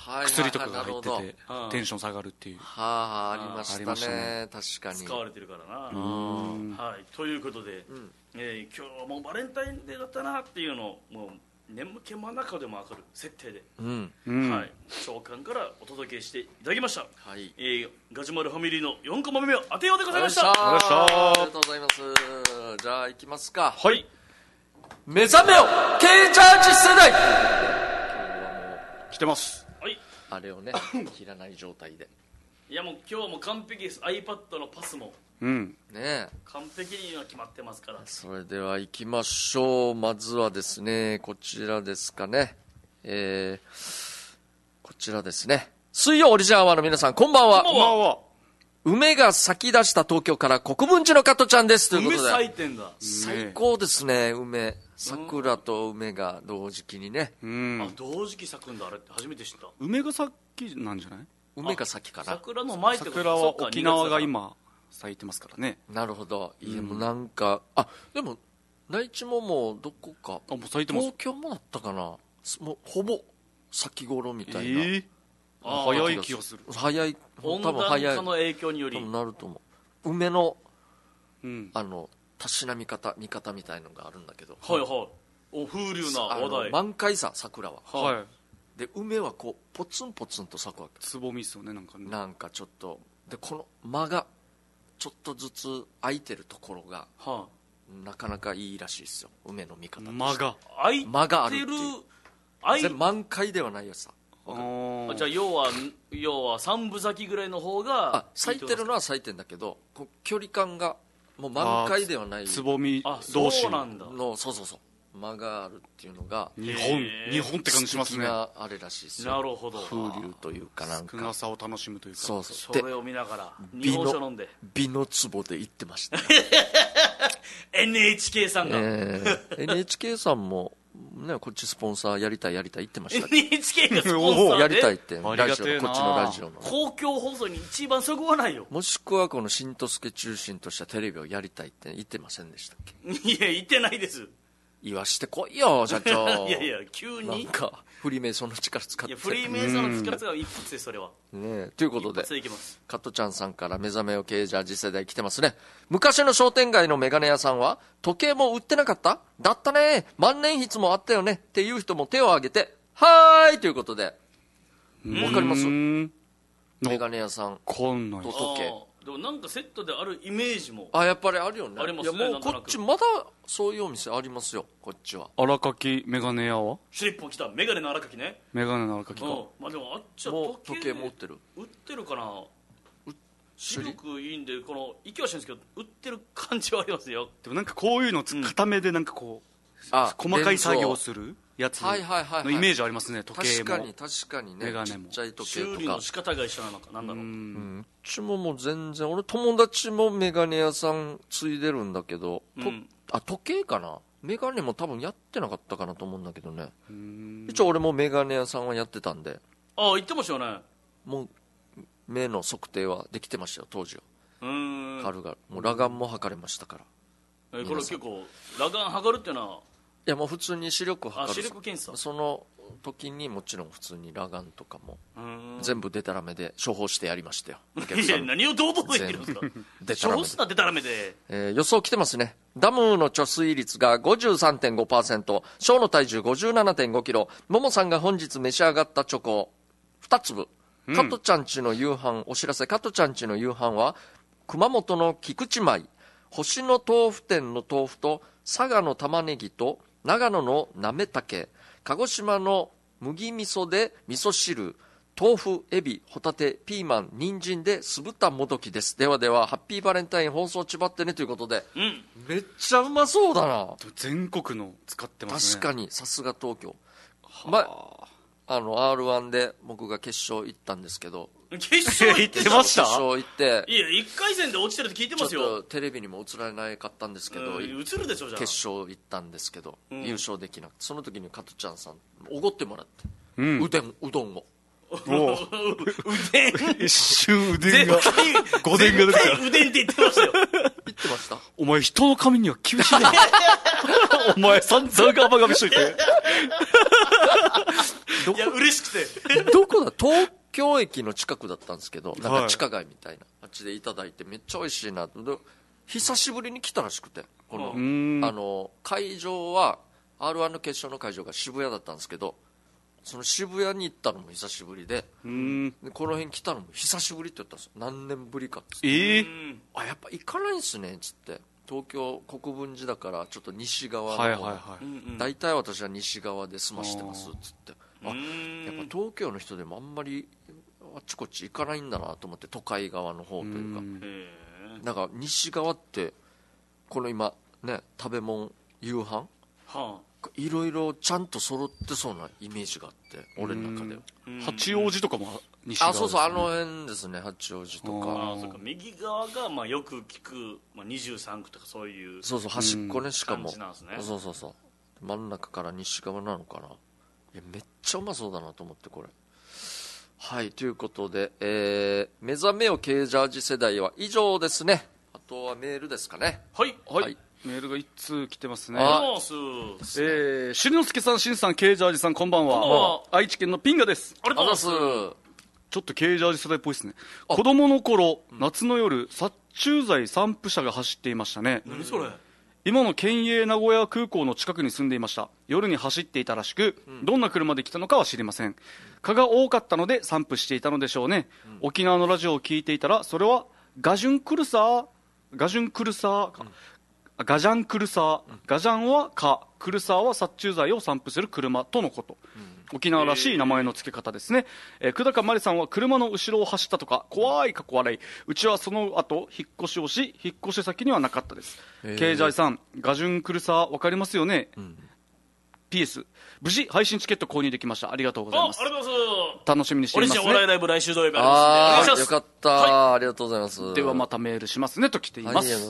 薬とかが入っててテンション下がるっていう。 ありましたね。確かに使われてるからな。はい、ということで、今日もバレンタインデーだったなっていうのをもう眠気真中でも分かる設定で、はい、召喚からお届けしていただきました、はい。ガジュマルファミリーの4コマ目を当てようでございました。 ありがとうございます。じゃあ行きますか。 はい。 目覚めよケージャージ世代。今日はもう来てます。 はい。 あれをね切らない状態で。 いやもう今日はもう完璧です。 iPad のパスもね、 完璧には決まってますから。 それでは行きましょう。まずはですね、こちらですかね、こちらですね。水曜オリジンアワーの皆さん、こんばんは。 こんばんは。 梅が咲き出した東京から国分寺の加トちゃんです。ということで、 梅咲いてんだ。 最高ですね。梅、桜と梅が同時期にね。 あ、同時期咲くんだ。あれって初めて知った。 梅が咲きなんじゃない？ 梅が咲きかな。 桜の前ってこと。 桜は沖縄が今咲いてますからね。 なるほど。いやもうなんか、でも内地ももうどこか、 もう咲いてます。 東京もだったかな。もうほぼ咲き頃みたいな。 早い気がする。 早い。 温暖化の影響によりなると思う。梅の、たしなみ方見方みたいのがあるんだけど。 はいはい。お風流な話題。 満開さ、桜は。 はい。 で梅はこうポツンポツンと咲くわけ。 つぼみっすよね、なんかね。 なんかちょっとでこの間がちょっとずつ空いてるところが、なかなかいいらしいですよ。梅の見方として。 間があるっていう。満開ではないやつさ。 じゃあ要は三分咲きぐらいの方が咲いてるのは咲いてるんだけど、距離感がもう満開ではない。 つぼみ同士のそう間があるっていうのが日本って感じしますね。 あれらしいですよ。 なるほど。 風流というかなんか少なさを楽しむというか。 そうそれを見ながら日本酒飲んで美の壺で行ってました。 NHK さんが、 NHK さんもね、こっちスポンサーやりたい言ってました。 NHK がスポンサーでやりたいってラジオこっちのラジオの公共放送に一番そこはないよ。 もしくはこの新とすけ中心としたテレビをやりたいって言ってませんでしたっけ？ いや言ってないです。 言わしてこいよ社長。 いや急になんかフリーメイソンの力使って。 いやフリーメイソンの力使う一発ですそれはね。ということで一発でいきます。 加トちゃんさんから目覚めよケージャー次世代来てますね。昔の商店街のメガネ屋さんは時計も売ってなかった？だったね、万年筆もあったよねっていう人も手を挙げてはーいということで、わかります？メガネ屋さんこんなと時計でもなんかセットであるイメージもやっぱりあるよね。 ありますね。 いやもうこっちまだそういうお店ありますよ。こっちは荒垣メガネ屋はシュリッポン来た。メガネの荒垣ね。 メガネの荒垣か。 まあでもあっちは時計も売ってるかな。白くいいんでこの息はしないんですけど売ってる感じはありますよ。 でもなんかこういうの固めでなんかこう細かい作業をするやつのイメージありますね。時計も確かにね。 メガネもちっちゃい時計とか修理の仕方が一緒なのかなんだろう。 うちももう全然俺友達もメガネ屋さん継いでるんだけど、時計かな。メガネも多分やってなかったかなと思うんだけどね。一応俺もメガネ屋さんはやってたんで。 言ってましたよね。 もう目の測定はできてましたよ当時は。軽々もう裸眼も測れましたから。 これ結構裸眼測るっていうのは、 いやもう普通に視力測る。 視力検査。 その時にもちろん普通に裸眼とかも全部デタラメで処方してやりましたよ。 いや何を堂々と言ってるんですか。処方すなデタラメで。 予想来てますね。ダムの貯水率が 53.5%、 ショーの体重 57.5 キロ、ももさんが本日召し上がったチョコ2粒。加トちゃんちの夕飯、お知らせ。加トちゃんちの夕飯は熊本の菊池米、星の豆腐店の豆腐と佐賀の玉ねぎと長野のなめたけ、鹿児島の麦味噌で味噌汁、豆腐、エビ、ホタテ、ピーマン、人参で酢豚もどきです。ではではハッピーバレンタイン放送ちばってねということで、めっちゃうまそうだな。 全国の使ってますね。 確かにさすが東京。R1 で僕が決勝行ったんですけど。 決勝行ってました？ 決勝行って。 いや1回戦で落ちてるって聞いてますよ。 ちょっとテレビにも映られなかったんですけど、 映るでしょ。じゃあ決勝行ったんですけど、優勝できなくて、その時に加トちゃんさんおごってもらって、うどんを一瞬うでんがごでんが出てきた。 うでんって言ってましたよ。 言ってました。 お前人の髪には厳しいな。お前散々ガバガバしといて。 いや嬉しくてどこだ、東京駅の近くだったんですけど、なんか地下街みたいな、あっちでいただいてめっちゃ美味しいなと。で久しぶりに来たらしくて、この会場は R1 の決勝の会場が渋谷だったんですけど、その渋谷に行ったのも久しぶりで、この辺来たのも久しぶりって言ったんですよ。何年ぶりかっつって、あ、やっぱ行かないんすねっつって、東京国分寺だからちょっと西側の方、大体私は西側で済ましてますっつって、あ、やっぱ東京の人でもあんまりあっちこっち行かないんだなと思って、都会側の方というか、なんか西側ってこの今ね、食べ物夕飯、いろいろちゃんと揃ってそうなイメージがあって、俺の中では。 八王子とかも西側ですね。 そうそう、あの辺ですね、八王子とか。 そうか、右側がまあよく聞く、23区とかそういう、 そうそう、端っこね、しかも、 感じなんですね。 そうそうそう、真ん中から西側なのかな。いや、めっちゃうまそうだなと思って、これ。はい、ということで、目覚めよKジャージ世代は以上ですね。あとはメールですかね。 はいはい、メールが1通来てますね。しりのすけさん、しんさん、Kジャージさん、こんばんは。愛知県のピンガです。 ありがとうございます。 ちょっとKジャージ世代っぽいですね。子供の頃、夏の夜、殺虫剤散布車が走っていましたね。 何それ。 今の県営名古屋空港の近くに住んでいました。夜に走っていたらしく、どんな車で来たのかは知りません。蚊が多かったので散布していたのでしょうね。沖縄のラジオを聞いていたら、それはガジュンクルサーガジャンクルサー、ガジャンは蚊、クルサーは殺虫剤を散布する車とのこと、沖縄らしい名前の付け方ですね。久高真理さんは車の後ろを走ったとか、怖い過去笑い。うちはその後引っ越しをし、引っ越し先にはなかったです。ケイジャイさん、ガジュンクルサー分かりますよね。PS 無事配信チケット購入できました。ありがとうございます。 ありがとうございます。 楽しみにしていますね。 オリジンお笑いライブ来週土曜日あります。 よかった、ありがとうございます。 ではまたメールしますねと来ています。 ありがとうございます。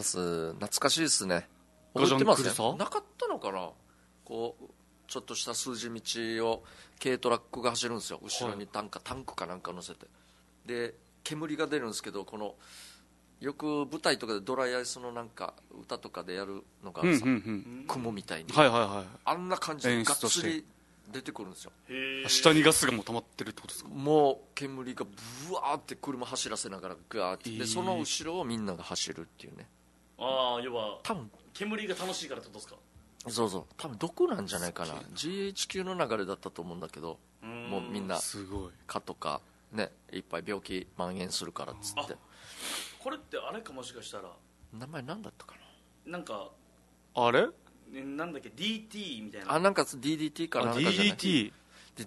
懐かしいですね。覚えてますね。なかったのかな、こうちょっとした筋道を軽トラックが走るんですよ。後ろにタンクかなんか乗せて、で煙が出るんですけど、このよく舞台とかでドライアイスのなんか歌とかでやるのがさ、雲みたいに、あんな感じでがっつり出てくるんですよ。 下にガスがもう溜まってるってことですか。 もう煙がブワーって車走らせながらガーって、でその後ろをみんなが走るっていうね。 ああ、要は多分煙が楽しいからってことですか。 そうそう、多分毒なんじゃないかな。 GHQ の流れだったと思うんだけど、もうみんな蚊とかね、いっぱい病気蔓延するからっつって。 これってあれか、もしかしたら名前なんだったかな、 なんかあれなんだっけ、 DT みたいな、 なんか DDT かなんかじゃない。 DDT で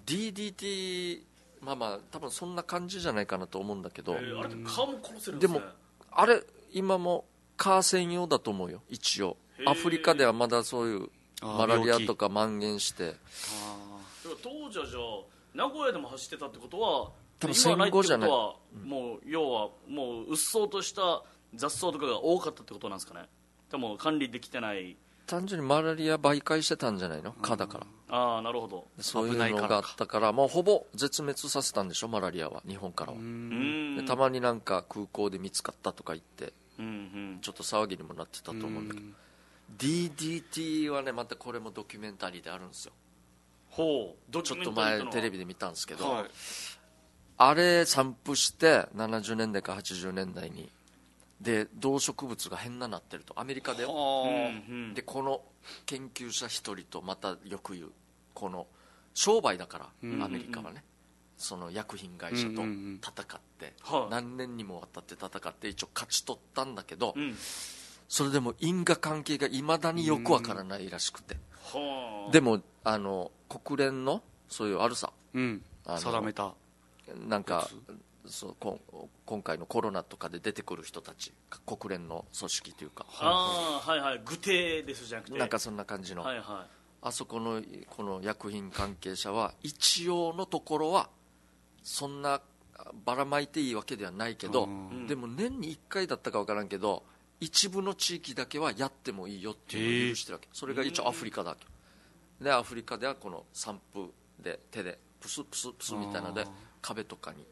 DDT、まあ多分そんな感じじゃないかなと思うんだけど、 あれって蚊も殺せるんでですね。 もあれ今も蚊専用だと思うよ一応。アフリカではまだそういうマラリアとか蔓延して、 当時はじゃあ名古屋でも走ってたってことは、 多分戦後じゃない、 もう要はもううっそうとした雑草とかが多かったってことなんですかね。でも管理できてない、 単純にマラリア媒介してたんじゃないの、蚊だから。 ああ、なるほど。 そういうのがあったから、もうほぼ絶滅させたんでしょ、マラリアは日本からは。でたまになんか空港で見つかったとか言って、ちょっと騒ぎにもなってたと思うんだけど、DDT はね、またこれもドキュメンタリーであるんですよ。 ほう、 ちょっと前テレビで見たんですけど、あれ散布して70年代か80年代に、で動植物が変ななってると、アメリカでよ。でこの研究者一人と、またよく言うこの商売だから、アメリカはね、その薬品会社と戦って、何年にもわたって戦って一応勝ち取ったんだけど、それでも因果関係がいまだによくわからないらしくて、でも国連のそういうあるさ、 定めたなんかそう今回のコロナとかで出てくる人たち、国連の組織というか、 具体ですじゃなくて、 なんかそんな感じの、あそこのこの薬品関係者は一応のところはそんなばらまいていいわけではないけど、でも年に1回だったか分からんけど、一部の地域だけはやってもいいよっていうのを許してるわけ。それが一応アフリカだけで、アフリカではこの散布で手でプスプスプスみたいなので壁とかに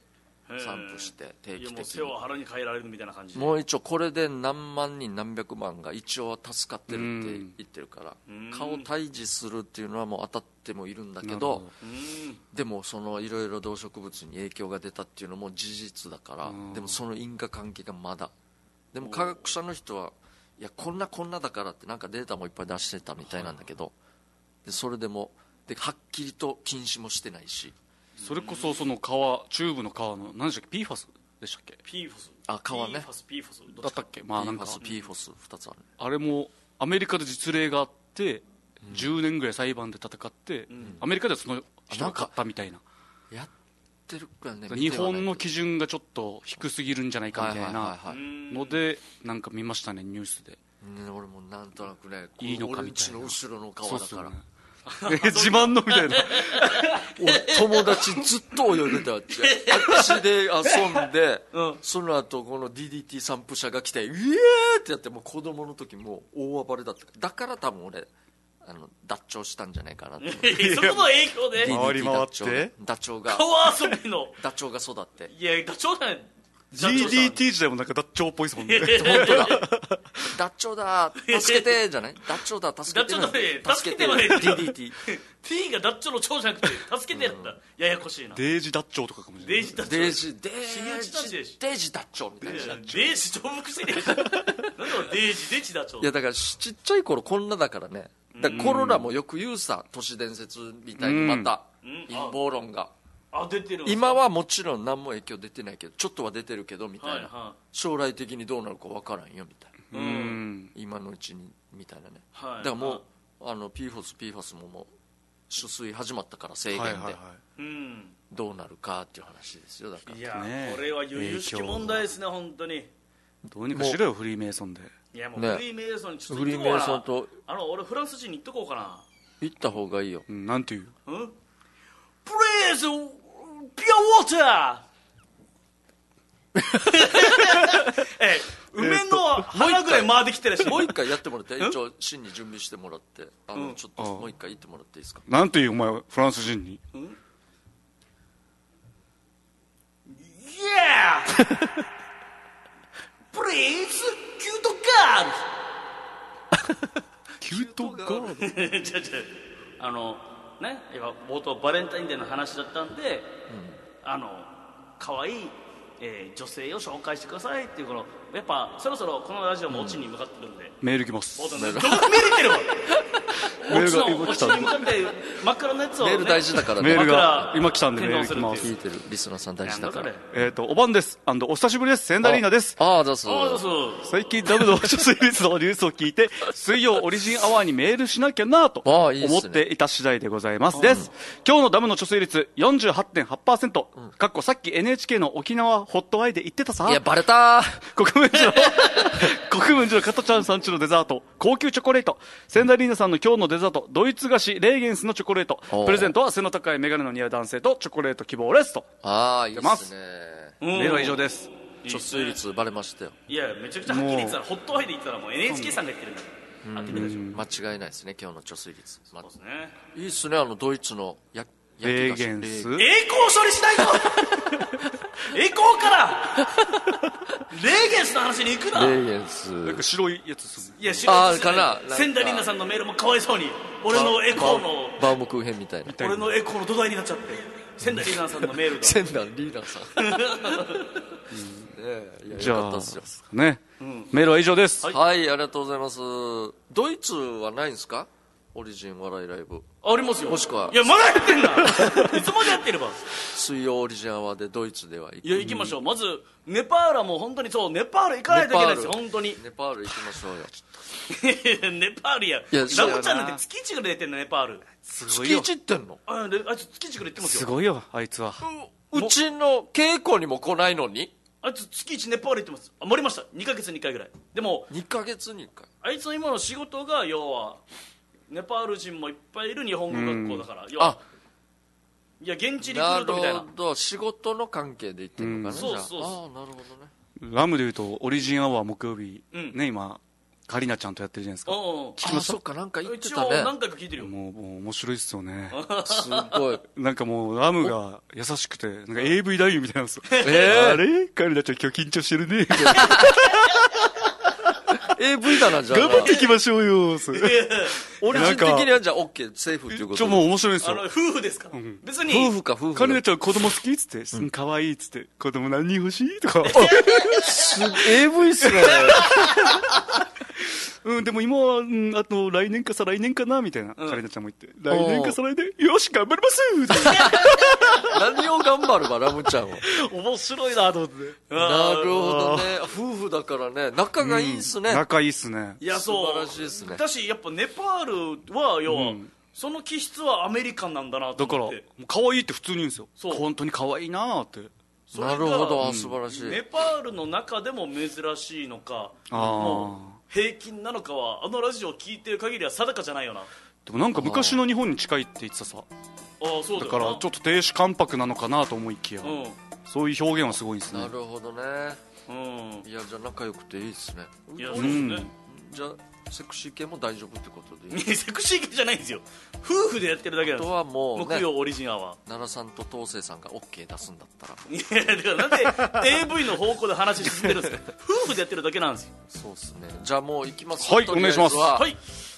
散布して定期的に。 いやもう世話腹に変えられるみたいな感じで。 もう一応これで何万人何百万が一応助かってるって言ってるから、顔退治するっていうのはもう当たってもいるんだけど、でもそのいろいろ動植物に影響が出たっていうのも事実だから、でもその因果関係がまだ、でも科学者の人はいやこんなだからってなんかデータもいっぱい出してたみたいなんだけど、でそれでもではっきりと禁止もしてないし、 それこそその川、チューブの川の何でしたっけ、PFASでしたっけ、 PFAS、 川ね、 PFAS だったっけ、まあなんか PFAS 2つある、 あれもアメリカで実例があって、10年ぐらい裁判で戦って、アメリカではその人が勝ったみたいな、 やってるかね、 日本の基準がちょっと低すぎるんじゃないかみたいなので、なんか見ましたね、ニュースで。 俺もなんとなくね、 いいのかみたいな、 俺んちの後ろの川だから、 自慢のみたいな俺友達ずっと泳いでたあっちで遊んで、その後この DDT 散布車が来てイエーってやって、もう子供の時もう大暴れだった。だから多分俺脱腸したんじゃないかなってそこの影響で回り回ってダチョウが川遊びのダチョウが育って、 いやダチョウだね、 DDT 時代もなんかダッチョウっぽいですもんね本当だダッチョウだ助けてじゃない、ダッチョウだ助けて、 ダッチョウだ助けて助けて DDT T がダッチョウの蝶じゃなくて助けてやった、ややこしいな。 デージダッチョウとかかもしれない。 デージダッチョウ、 デージダッチョウみたいな。 デージ重複してるやん。なんで俺デージダッチョウ。 いやだからちっちゃい頃こんなだからね、だからコロナもよく言うさ、都市伝説みたいにまた陰謀論が、 出てる。 今はもちろん何も影響出てないけど、ちょっとは出てるけどみたいな、 はいは将来的にどうなるか分からんよみたいな、 うん今のうちにみたいなね、 はいだからもうPFAS ももう取水始まったから制限で、 うんどうなるかっていう話ですよ。だからいや、 ねこれは由々しき問題ですね本当に。 どうにかしろよ、フリーメイソンで。 いやもうねフリーメイソンにちょっとフリー行ってこうかな。 メイソンと俺フランス人に行っとこうかな。 行った方がいいよ。 なんていう Please pure water 梅の花ぐらい回ってきてるし、 もう一回やってもらって一応真に準備してもらって、ちょっともう一回言ってもらっていいですか。 なんていうお前フランス人に Yeah Please cute girl キュートガード違うね、今冒頭バレンタインデーの話だったんで、可愛い女性を紹介してくださいっていう、やっぱそろそろこのラジオもオチに向かってるんで、 メール来ます。 冒頭ねどこメール来てるわメールがオチに向かって真っ暗なやつを、ね、 メール大事だからね。 メールが枕今来たんでメール来ます。 聞いてるリスナーさん大事だから。 おばんですお久しぶりです。センダリーナです。 ああ、どうぞ。 最近ダムの貯水率のニュースを聞いて水曜オリジンアワーにメールしなきゃなと思っていた次第でございますです。今日のダムの貯水率 48.8%、かっこさっき NHK の沖縄ホットアイで言ってたさ。 いやバレた国分寺の加トちゃんさんちのデザート、高級チョコレート、センダリーナさんの今日のデザート、ドイツ菓子レーゲンスのチョコレート、プレゼントは背の高いメガネの似合う男性とチョコレート希望ですと。 ああ、いいですね。 メールは以上です。 貯水率バレましたよ。 いやめちゃくちゃはっきり言ってたら、ホットアイで言ってたらもう NHK さんが言ってるんだから、合ってみたでしょ。 間違いないですね、今日の貯水率。 そうですね。 いいっすね、ドイツのレーゲンス。 栄光処理しないと栄光からレーゲンスの話に行くな。 レーゲンスなんか白いやつする。 いや白いやつかな。 センダリーナさんのメールもかわいそうに俺のエコーのバウムクーヘンみたいな。 俺のエコーの土台になっちゃって、センダリーナさんのメールがセンダリーナさんじゃあね、メールは以上です。 はい、ありがとうございます。ドイツはないんですか、オリジン笑いライブ。 ありますよ。 もしくはいやまだやってんだいつまでやってれば水曜オリジンアワーでドイツでは行く。 いや行きましょう。まずネパールはもう本当にそう、ネパール行かないといけないですよ本当に。 ネパール行きましょうよ。 ネパールやいやラムちゃんなんて月1ぐらい出てんのネパール。 月1ってんの。 あいつ月1ぐらい行ってますよ。 すごいよあいつは。 うちの稽古にも来ないのに。 あいつ月1ネパール行ってます。盛りました。2ヶ月に1回ぐらい。でも 2ヶ月に1回。 あいつの今の仕事が要はネパール人もいっぱいいる日本語学校だから、要はいや現地リクルートみたいな。 るほど、仕事の関係で行ってるのかな、じゃあ。 そうああ、なるほどね。 ラムでいうとオリジンアワー木曜日、ね今カリナちゃんとやってるじゃないですか。聞きました。そっか、なんか言ってたね。 何回か聞いてるよ。 もう面白いっすよね。 すごい。 なんかもうラムが優しくて、なんか AV 男優みたいなんですよ。あれカリナちゃん今日緊張してるね。 AV だな、じゃあ。 頑張っていきましょうよ。 オリジン的にはじゃあ OK、セーフっていうこと。 もう面白いんですよ。 夫婦ですか、別に。 夫婦か、夫婦。 カリナちゃん子供好きっつって、可愛いっつって、子供何人欲しいとか。 AV っすね。 でも今は、あと来年か再来年かなみたいな、カリナちゃんも言って、来年か再来年、よし、頑張ります何を頑張るわ、ラムちゃんは。 面白いなと思って。 なるほどね。夫婦だからね、仲がいいっすね。 仲いいっすね。 いや、そう。 素晴らしいっすね。 だし、やっぱネパールは、要は、その気質はアメリカンなんだなと思って。 だから、可愛いって普通に言うんですよ。本当に可愛いなーって。 なるほど、素晴らしい。 ネパールの中でも珍しいのか、もう平均なのかはあのラジオを聞いてる限りは定かじゃないよな。 でもなんか昔の日本に近いって言ってたさ。 そうだからちょっと亭主関白なのかなと思いきや、そういう表現はすごいですね。 なるほどね。いや、じゃあ仲良くていいですね。 いや、そうですね。 じゃあセクシー系も大丈夫ってことでいい？セクシー系じゃないんですよ。夫婦でやってるだけなんです。 あとはもう、ね、 木曜オリジンアワー。 奈良さんと東勢さんが OK 出すんだったら。 いや、だからなんで AV の方向で話進んでるんですか？夫婦でやってるだけなんですよ。 そうですね。じゃあもう行きます。 はい、お願いします。 はい。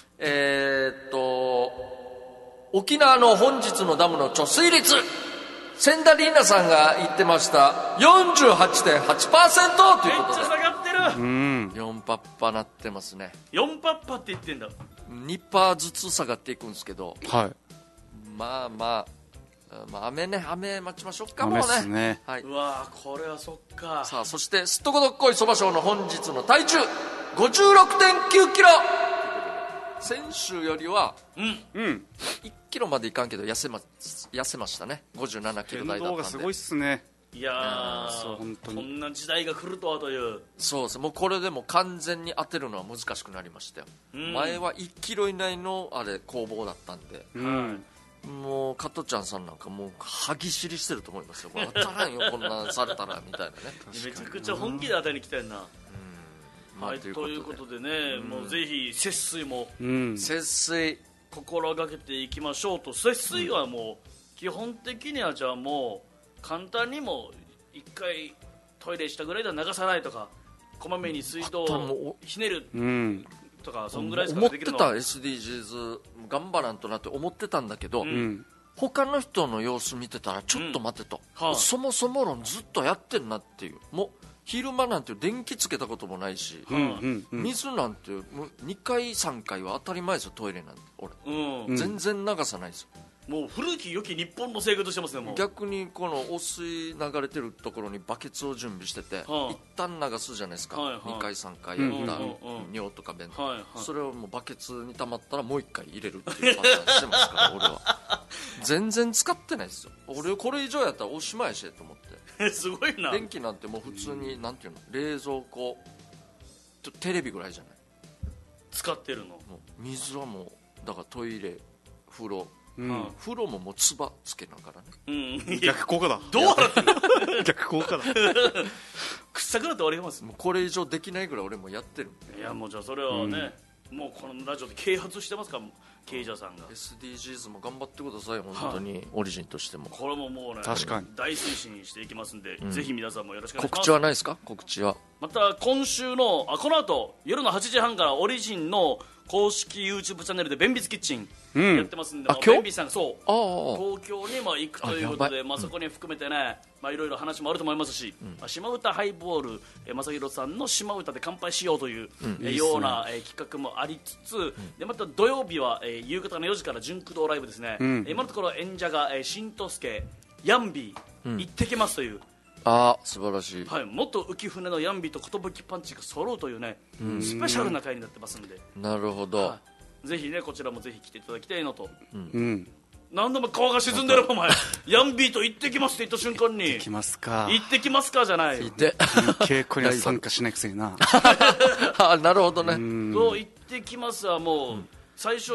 沖縄の本日のダムの貯水率、千田里奈さんが言ってました 48.8% ということで、めっちゃ下がってる。 4パッパなってますね。 4パッパって言ってんだ。 2パーずつ下がっていくんですけど、 はい、 まあ雨待ちましょうか。もうね、 雨っすね。 はい、 うわー、これはそっか。 さあ、そしてすっとこどっこいそば賞の本日の体重 56.9 キロ。先週よりは1キロまでいかんけど痩せましたね。57キロ台だったんで。 変動がすごいっすね。 いやー、本当にこんな時代が来るとはという。 そうです。もうこれでも完全に当てるのは難しくなりましたよ。前は1キロ以内のあれ攻防だったんで、もう加トちゃんさんなんかもう歯ぎしりしてると思いますよ。これ当たらんよこんなんされたらみたいなね。 めちゃくちゃ本気で当たりに来たよな。はい、ということでね、もうぜひ節水も節水心がけていきましょうと。節水はもう基本的にはじゃあもう簡単にも一回トイレしたぐらいでは流さないとか、こまめに水道をひねるとか、そんぐらいしかできるの。 思ってた SDGs 頑張らんとなって思ってたんだけど、他の人の様子見てたらちょっと待てと、そもそも論ずっとやってんなっていう。もう昼間なんて電気つけたこともないし、水なんて2回3回は当たり前ですよ。トイレなんて俺、全然流さないですよ。 もう古き良き日本の生活してますね。もう逆にこの汚水流れてるところにバケツを準備してて、一旦流すじゃないですか、2回3回やった尿とか便と、それをもうバケツに溜まったらもう1回入れるっていうパターンしてますから俺は全然使ってないですよ。俺これ以上やったらおしまいしと思ってすごいな。 電気なんてもう普通になんていうの、冷蔵庫テレビぐらいじゃない使ってるの。 もう水はもうだからトイレ風呂、風呂ももうつばつけながらね、 逆効果だ。 どうなってる逆効果だ臭くなって終わります。 もうこれ以上できないぐらい俺もやってる。 いやもうじゃあそれはね、もうこのラジオで啓発してますから、ケイジャーさんが SDGs も頑張ってください本当に、オリジンとしてもこれももうね、 確かに大推進していきますんで、ぜひ皆さんもよろしくお願いします。 告知はないですか？告知はまた今週のこの後夜の8時半からオリジンの公式 YouTube チャンネルで便秘キッチンやってますんで、便秘さんがそう東京にも行くということで、そこに含めてね、いろいろ話もあると思いますし、島唄ハイボール正弘さんの島唄で乾杯しようというような企画もありつつ、でまた土曜日は夕方の4時から純駆動ライブですね。今のところ演者が新とすけ、ヤンビー、行ってきますという、 素晴らしい、 元浮舟のヤンビーと寿パンチが揃うというね、スペシャルな回になってますんで、 なるほど、 ぜひねこちらもぜひ来ていただきたいのと、何度も顔が沈んでるお前ヤンビーと行ってきますって言った瞬間に行ってきますか行ってきますかじゃないよ稽古には参加しないくせにななるほどね。 そう行ってきますはもう、最初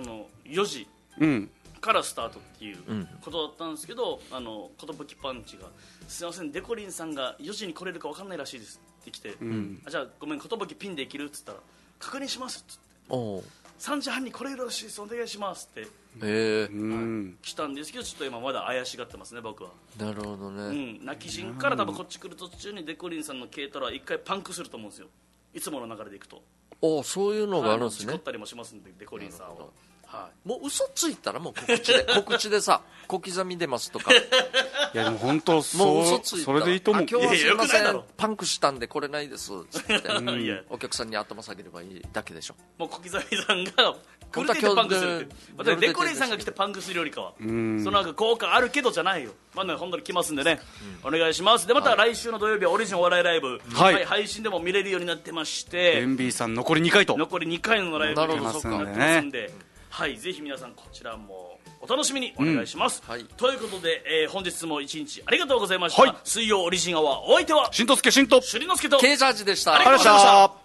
4時からスタートっていうことだったんですけど、寿パンチがすいませんデコリンさんが4時に来れるか分かんないらしいですって来て、じゃあごめん寿ピンで生きるっつったら、 確認しますっつって3時半に来れるらしいですお願いしますって来たんですけどちょっと今まだ怪しがってますね僕は。 なるほどね、 泣き人から多分こっち来る途中にデコリンさんの軽トラは1回パンクすると思うんですよいつもの流れでいくと。 そういうのがあるんですね。 事故ったりもしますんでデコリンさんは。 もう嘘ついたらもう告知でさ小刻み出ますとかいやでも本当もう嘘ついたそれでいいと思う。 今日はすいませんパンクしたんで来れないですってお客さんに頭下げればいいだけでしょ。 もう小刻みさんが来るって言ってパンクするってデコリンさんが来てパンクするよりかはそのなんか効果あるけどじゃないよ。まあね本当に来ますんでねお願いします。でまた来週の土曜日はオリジンお笑いライブ配信でも見れるようになってましてエンビーさん残り2回と残り2回のライブになってますんではい、ぜひ皆さんこちらもお楽しみにお願いします、ということで、本日も一日ありがとうございました、水曜オリジンアワーお相手はしんとすけしんとしゅりのすけとケイジャージでした。 ありがとうございました。